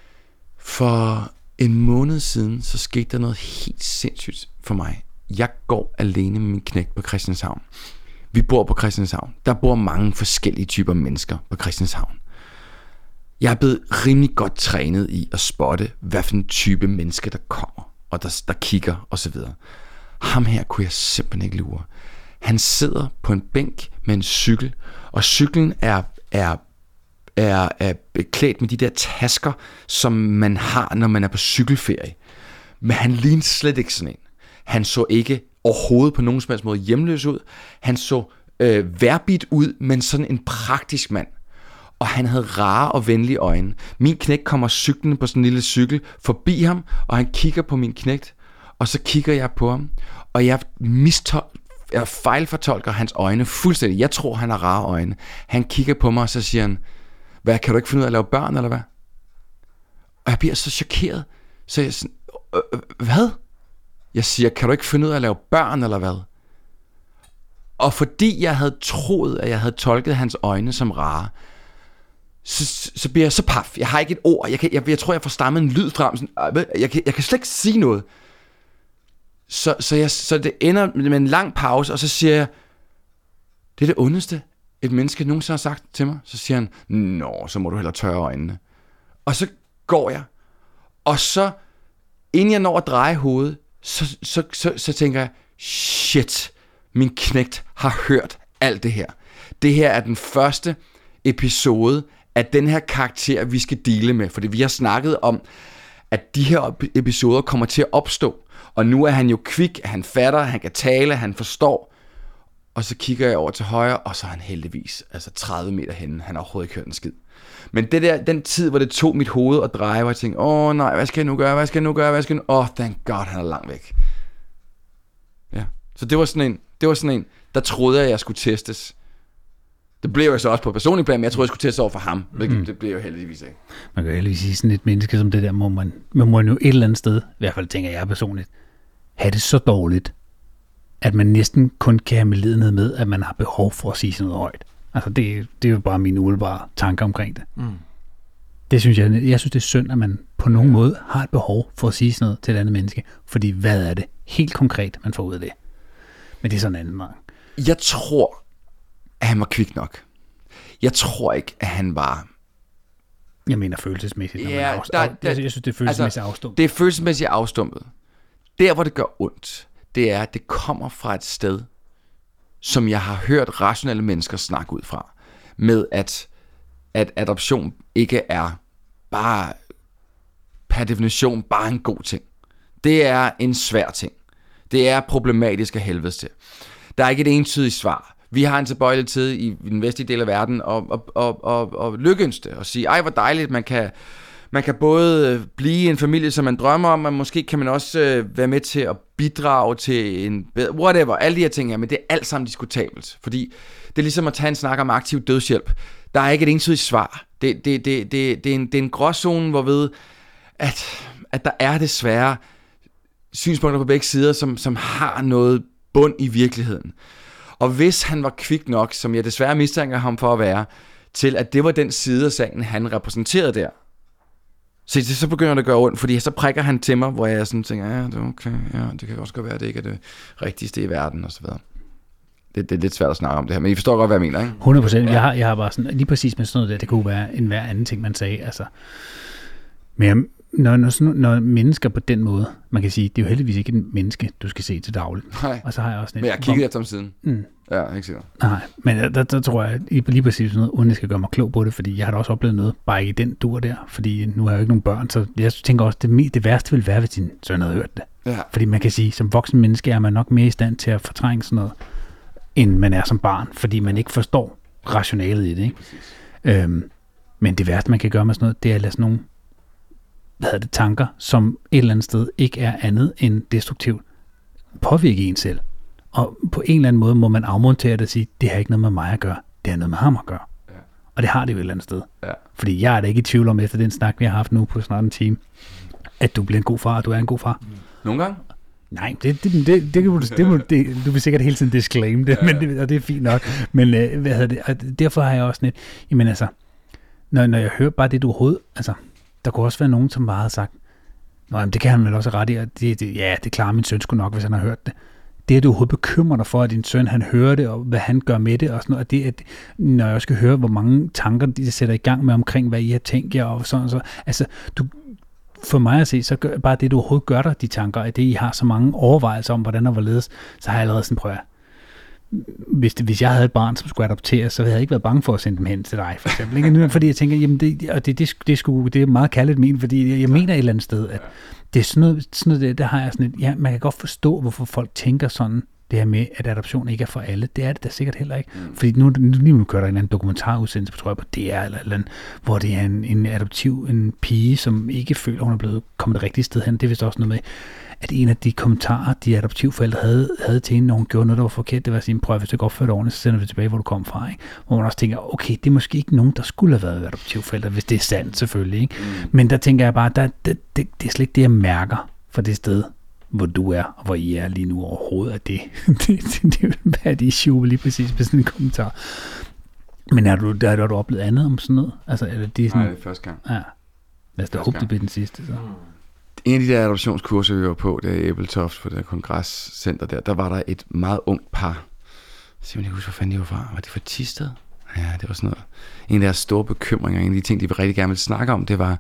For en måned siden, så skete der noget helt sindssygt for mig. Jeg går alene med min knægt på Christianshavn. Vi bor på Christianshavn. Der bor mange forskellige typer mennesker på Christianshavn. Jeg er blevet rimelig godt trænet i at spotte, hvad for en type menneske, der kommer, og der, der kigger, osv. Ham her kunne jeg simpelthen ikke lure. Han sidder på en bænk med en cykel, og cyklen er, er, er, er beklædt med de der tasker, som man har, når man er på cykelferie. Men han lignede slet ikke sådan en. Han så ikke overhovedet på nogen som helst måde hjemløs ud. Han så øh, værbit ud, men sådan en praktisk mand. Og han havde rare og venlige øjne. Min knægt kommer cyklende på sådan en lille cykel forbi ham, og han kigger på min knægt, og så kigger jeg på ham, og jeg mistolker, jeg fejlfortolker hans øjne fuldstændig. Jeg tror, han har rare øjne. Han kigger på mig, og så siger han, hvad, kan du ikke finde ud af at lave børn, eller hvad? Og jeg bliver så chokeret. Så jeg sådan, øh, hvad? Jeg siger, kan du ikke finde ud af at lave børn, eller hvad? Og fordi jeg havde troet, at jeg havde tolket hans øjne som rare, så, så bliver jeg så paf. Jeg har ikke et ord. Jeg, kan, jeg, jeg tror, jeg får stammet en lyd frem. Sådan, jeg, kan, jeg kan slet ikke sige noget. Så, så, jeg, så det ender med en lang pause, og så siger jeg, det er det ondeste, et menneske nogensinde har sagt til mig. Så siger han, nå, så må du hellere tørre øjnene. Og så går jeg, og så, inden jeg når at dreje hovedet, så, så, så, så tænker jeg, shit, min knægt har hørt alt det her. Det her er den første episode af den her karakter, vi skal dele med, fordi vi har snakket om, at de her episoder kommer til at opstå. Og nu er han jo kvik, han fatter, han kan tale, han forstår. Og så kigger jeg over til højre, og så er han heldigvis altså tredive meter henne. Han har overhovedet ikke hørt en skid. Men det der, den tid, hvor det tog mit hoved at dreje, hvor jeg tænkte, åh nej, hvad skal jeg nu gøre, hvad skal jeg nu gøre, hvad skal jeg nu... Åh, oh, thank God, han er langt væk. Ja, så det var sådan en, det var sådan en, der troede jeg, jeg skulle testes. Det blev jo så også på personlig plan, men jeg troede, jeg skulle testes over for ham. Mm. Det blev jo heldigvis ikke. Man kan jo heldigvis sige, sådan et menneske som det der, må man, man må jo et eller andet sted, i hvert fald tænker jeg personligt, have det så dårligt, at man næsten kun kan have medlidenhed med, at man har behov for at sige sådan noget højt. Altså det, det er jo bare mine umiddelbare tanker omkring det. Mm. Det synes jeg, jeg synes det er synd, at man på nogen måde har et behov for at sige sådan noget til et andet menneske, fordi hvad er det helt konkret, man får ud af det? Men det er sådan en anden gang. Jeg tror, at han var kvik nok. Jeg tror ikke, at han var... Jeg mener følelsesmæssigt. Når ja, man afst- der, af, der, jeg synes, det er følelsesmæssigt altså, afstumpet. Det er følelsesmæssigt afstumpet. Der, hvor det gør ondt, det er, at det kommer fra et sted, som jeg har hørt rationelle mennesker snakke ud fra, med at, at adoption ikke er bare per definition bare en god ting. Det er en svær ting. Det er problematisk af helvedes til. Der er ikke et entydigt svar. Vi har en tilbøjelig tid i den vestlige del af verden og, og, og, og, og lykønske og sige, ej hvor dejligt, man kan, man kan både blive en familie, som man drømmer om, men måske kan man også øh, være med til at bidrage til en bedre, whatever, alle de her ting her, men det er alt sammen diskutabelt, fordi det er ligesom at tage en snak om aktiv dødshjælp. Der er ikke et entydigt svar. Det, det, det, det, det, er, en, det er en gråzone, hvorved at, at der er desværre synspunkter på begge sider, som, som har noget bund i virkeligheden. Og hvis han var kvik nok, som jeg desværre mistænker ham for at være, til at det var den side af sagen, han repræsenterede der, så, så begynder det at gøre ondt, fordi så prikker han til mig, hvor jeg sådan tænker, ja, det er okay, ja, det kan også godt være, at det ikke er det rigtigste i verden, og så videre. Det, det er lidt svært at snakke om det her, men I forstår godt, hvad jeg mener, ikke? hundrede procent. Ja. Jeg har, jeg har bare sådan, lige præcis med sådan noget der, det kunne være en hver anden ting, man sagde, altså. Men når, når, når mennesker på den måde, man kan sige, det er jo heldigvis ikke en menneske, du skal se til dagligt. Nej, og så har jeg også men jeg har kigget efter om siden. Mm. Ja, ikke sikkert. Nej, men der, der, der tror jeg lige, lige præcis sådan noget, uden jeg skal gøre mig klog på det, fordi jeg har da også oplevet noget, bare ikke i den dur der, fordi nu har jeg jo ikke nogen børn, så jeg tænker også, det, det værste ville være, hvis din søn havde hørt det. Ja. Fordi man kan sige, som voksen menneske er man nok mere i stand til at fortrænge sådan noget, end man er som barn, fordi man ikke forstår rationalet i det. Ikke? Øhm, men det værste, man kan gøre med sådan noget, det er at lade sådan nogle hvad hedder det, tanker, som et eller andet sted ikke er andet end destruktivt, påvirke en selv. Og på en eller anden måde må man afmontere det og sige, det har ikke noget med mig at gøre, det har noget med ham at gøre. Ja. Og det har det jo et eller andet sted. Ja. Fordi jeg er da ikke i tvivl om, efter den snak, vi har haft nu på snart en time, at du bliver en god far, og du er en god far. Nogle gange? Nej, det, det, det, det, det, det, det, det, du vil sikkert hele tiden disclaim det, ja, ja. Men det, og det er fint nok. Men øh, hvad hedder det, og derfor har jeg også lidt, jamen altså, når, når jeg hører bare det, du overhovedet, altså, der kunne også være nogen, som bare havde sagt, nå, jamen, det kan han vel også ret i, og det, det, ja, det klarer min søn sgu nok, hvis han har hørt det. Det er du overhovedet bekymrer dig for, at din søn, han hører det, og hvad han gør med det, og sådan noget. Og det, at, når jeg skal høre, hvor mange tanker de sætter i gang med omkring, hvad I har tænkt jer, og sådan så. Altså, du, for mig at se, så gør bare det, du overhovedet gør dig, de tanker, at det, I har så mange overvejelser om, hvordan og hvorledes, så har jeg allerede sådan prøvet. Hvis, det, hvis jeg havde et barn, som skulle adopteres, så havde jeg ikke været bange for at sende dem hen til dig, for eksempel. Ikke? Fordi jeg tænker, jamen det, og det, det, det, skulle, det er meget kærligt men, fordi jeg, jeg mener et eller andet sted, at det er sådan noget, sådan noget der, der har jeg sådan et, ja, man kan godt forstå, hvorfor folk tænker sådan, det her med, at adoption ikke er for alle. Det er det da sikkert heller ikke. Mm. Fordi nu, nu, nu kører der en eller anden dokumentarudsendelse, tror jeg, på D R eller, eller andet, hvor det er en, en adoptiv, en pige, som ikke føler, hun er blevet kommet det rigtige sted hen. Det er vist også noget med, at en af de kommentarer, de adoptivforældre havde, havde til hende, når hun gjorde noget, der var forkert, det var at sige, prøv, hvis du ikke opfører det ordentligt, så sender vi tilbage, hvor du kom fra. Ikke? Hvor man også tænker, okay, det er måske ikke nogen, der skulle have været adoptivforældre, hvis det er sandt selvfølgelig. Ikke? Mm. Men der tænker jeg bare, der, det, det, det er slet ikke det, jeg mærker for det sted, hvor du er, og hvor I er lige nu overhovedet af det. det, det, det hvad er det issue lige præcis med sådan en kommentar. Men er du, der, har du oplevet andet om sådan noget? Altså, er det, det sådan, nej, det er første gang. Ja. Lad os da håbe, det bliver den sidste. Så. En af de der adoptionskurser, vi var på, der i Æbeltoft, på det kongresscenter der, der var der et meget ungt par. Så jeg kan ikke huske, hvor fanden de var fra. Var det fra Thisted? Ja, det var sådan noget. En af deres store bekymringer, en af de ting, de rigtig gerne ville snakke om, det var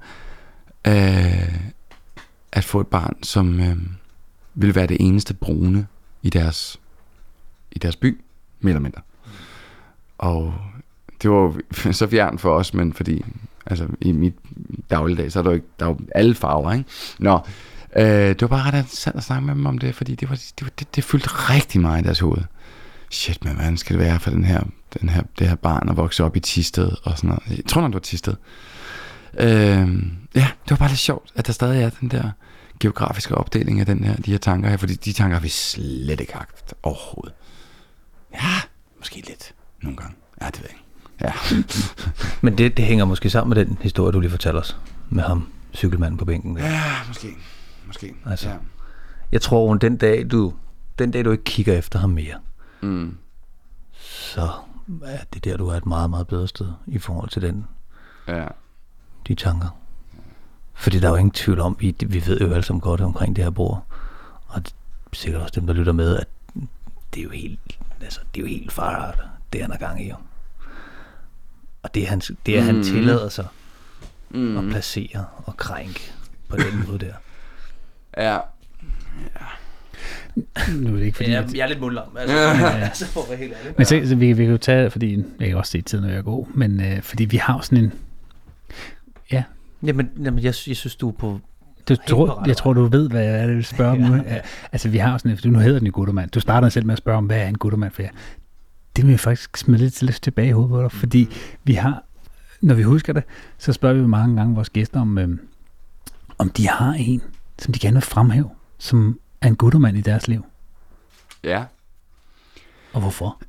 øh, at få et barn, som øh, ville være det eneste brune i deres, i deres by, mere eller mindre. Og det var så fjernt for os, men fordi altså i mit dagligdag, så er der jo ikke, der er jo alle farver, ikke? Nå, øh, det var bare ret interessant at snakke med dem om det, fordi det, var, det, var, det, det fyldte rigtig meget i deres hoved. Shit, men hvordan skal det være for den her, den her, det her barn at vokse op i Thisted og sådan noget. Jeg tror nok, det var Thisted. Øh, ja, det var bare lidt sjovt, at der stadig er den der geografiske opdeling af den her, de her tanker her, fordi de tanker har vi slet ikke haft overhovedet. Ja, måske lidt nogle gange. Ja, det ved jeg ikke. Ja. Men det, det hænger måske sammen med den historie, du lige fortalte os, med ham, cykelmanden på bænken. Der. Ja, måske. Måske. Altså, ja. Jeg tror, den dag, du den dag, du ikke kigger efter ham mere, Mm. så er det der, du er et meget, meget bedre sted i forhold til den, Ja. de tanker. Fordi der er jo ingen tvivl om, vi, vi ved jo alle sammen godt omkring det her bord, og det er sikkert også dem, der lytter med, at det er jo helt, altså, det er jo helt farligt, det han er gang i. Jo. Og det, han, det er, mm. han tillader sig mm. at placere og krænke på den måde der. Ja. Ja. Nu er det ikke fordi... Jeg, jeg er lidt mundlam, altså, ja. altså for at være helt ærlig. Men så, så vi, vi kan jo tage, fordi jeg kan også se tiden, når jeg er god, men øh, fordi vi har sådan en... Ja. Jamen, jamen jeg, jeg synes, du er på... Du, tror, jeg tror, du ved, hvad jeg vil spørge om nu. Ja, ja. Altså, vi har sådan en... Nu hedder den jo guttermand. Du startede selv med at spørge om, hvad er en guttermand for jer? Det vil jeg faktisk smide lidt, lidt tilbage i hovedet på dig, fordi vi har... Når vi husker det, så spørger vi mange gange vores gæster om, øh, om de har en, som de gerne vil fremhæve, som er en guttermand i deres liv. Ja. Og hvorfor?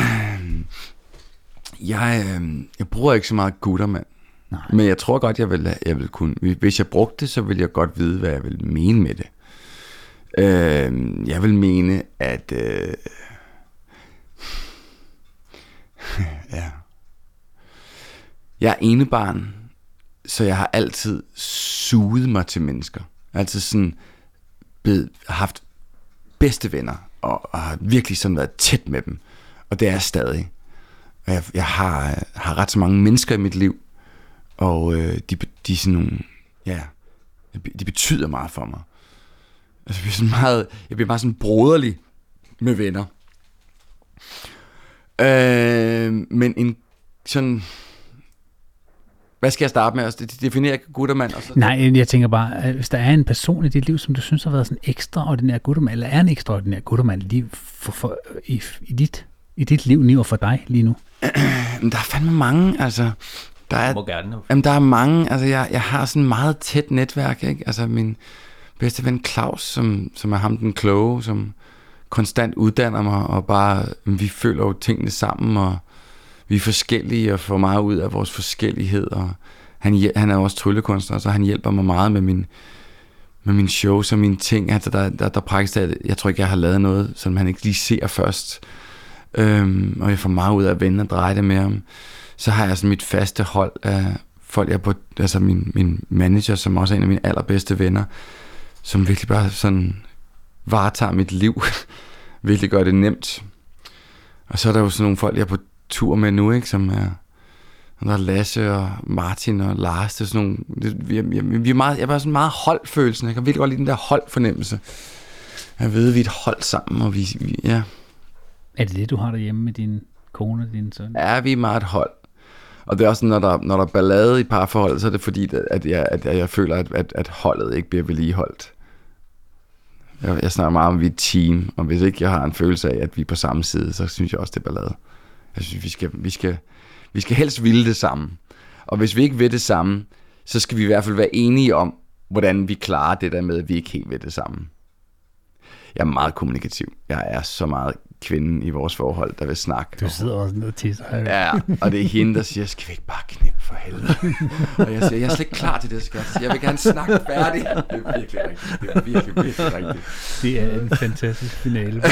Jeg, øh, jeg bruger ikke så meget guttermand. Nej. Men jeg tror godt, jeg vil, jeg vil kunne. Hvis jeg brugte det, så ville jeg godt vide, hvad jeg vil mene med det. Øh, jeg vil mene, at... Øh, ja. Jeg er enebarn, så jeg har altid suget mig til mennesker. Altid sådan blevet, haft bedste venner, og, og har virkelig sådan været tæt med dem. Og det er jeg stadig. Og jeg, jeg har, har ret så mange mennesker i mit liv, og øh, de, de er sådan nogle, ja, de betyder meget for mig. Altså, jeg bliver sådan meget, jeg bliver meget sådan broderlig med venner. Øh, men en sådan... Hvad skal jeg starte med? Altså, det definerer ikke guttermand? Og så... Nej, jeg tænker bare, at hvis der er en person i dit liv, som du synes har været sådan ekstraordinær guttermand, eller er en ekstraordinær guttermand lige for, for, i, i, dit, i dit liv, lige og for dig lige nu? Der er fandme mange, altså. Der er, må gerne. Jamen, der er mange, altså jeg, jeg har sådan et meget tæt netværk, ikke? Altså min bedste ven Claus, som, som er ham den kloge, som konstant uddanner mig, og bare, vi føler jo tingene sammen, og vi er forskellige og får meget ud af vores forskellighed, og han, han er også tryllekunstner, så han hjælper mig meget med min, med min shows og mine ting. Altså der, der, der praktisk talt, jeg tror ikke, jeg har lavet noget, som han ikke lige ser først. Øhm, og jeg får meget ud af at vende og dreje det med ham. Så har jeg sådan mit faste hold af folk, jeg på, altså min, min manager, som også er en af mine allerbedste venner, som virkelig bare sådan varetager mit liv, virkelig gør det nemt. Og så er der jo sådan nogle folk, jeg er på tur med nu, ikke, som er, der er Lasse og Martin og Lars, det er sådan nogle, det, vi, vi, vi er meget, jeg er bare sådan meget holdfølelsen, jeg kan virkelig godt lide den der holdfornemmelse. Jeg ved, vi er et hold sammen, og vi, vi ja. Er det det, du har derhjemme med din kone og din søn? Ja, vi er meget et hold. Og det er også, når der, når der er ballade i parforhold, så er det fordi, at jeg, at jeg føler, at, at, at holdet ikke bliver vedligeholdt. Jeg, jeg snakker meget om, at vi er et team, og hvis ikke jeg har en følelse af, at vi er på samme side, så synes jeg også, det er ballade. Jeg synes, vi skal, vi skal, vi skal helst ville det samme. Og hvis vi ikke vil det samme, så skal vi i hvert fald være enige om, hvordan vi klarer det der med, at vi ikke helt vil det samme. Jeg er meget kommunikativ. Jeg er så meget kvinden i vores forhold, der vil snakke. Du sidder også ned til sig. Ja, og det er hende, der siger, skal vi ikke bare knippe for helvede? Og jeg siger, jeg er slet ikke klar til det, skat. Jeg vil gerne snakke færdigt. Det er virkelig rigtigt. Det er virkelig, virkelig rigtigt. Det er en fantastisk finale. Det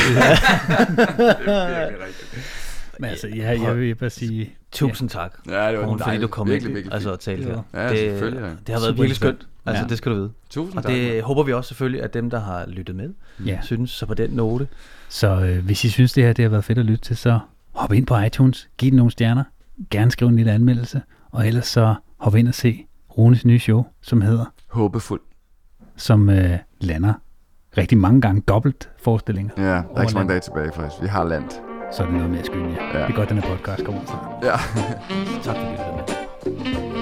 er virkelig rigtigt. Men altså, ja, jeg vil bare sige... Tusind tak, ja, det var Rune, fordi du kom virkelig, ind virkelig altså, og talte her. Ja, det, selvfølgelig. Ja. Det har været virkelig skønt. Altså, ja. Det skal du vide. Tusind og tak. Og det håber vi også selvfølgelig, at dem, der har lyttet med, ja. synes. Så på den note. Så øh, hvis I synes, det her det har været fedt at lytte til, så hop ind på iTunes, giv den nogle stjerner, gerne skriv en lille anmeldelse, og ellers så hop ind og se Runes nye show, som hedder Håbefuld, som øh, lander rigtig mange gange dobbelt forestillinger. Ja, der er ikke så mange dage tilbage faktisk. Vi har landet. Så er det noget med at skynde jer. Ja. Det er godt, den her podcast kommer ud snart. Ja. Tak fordi du lyttede med.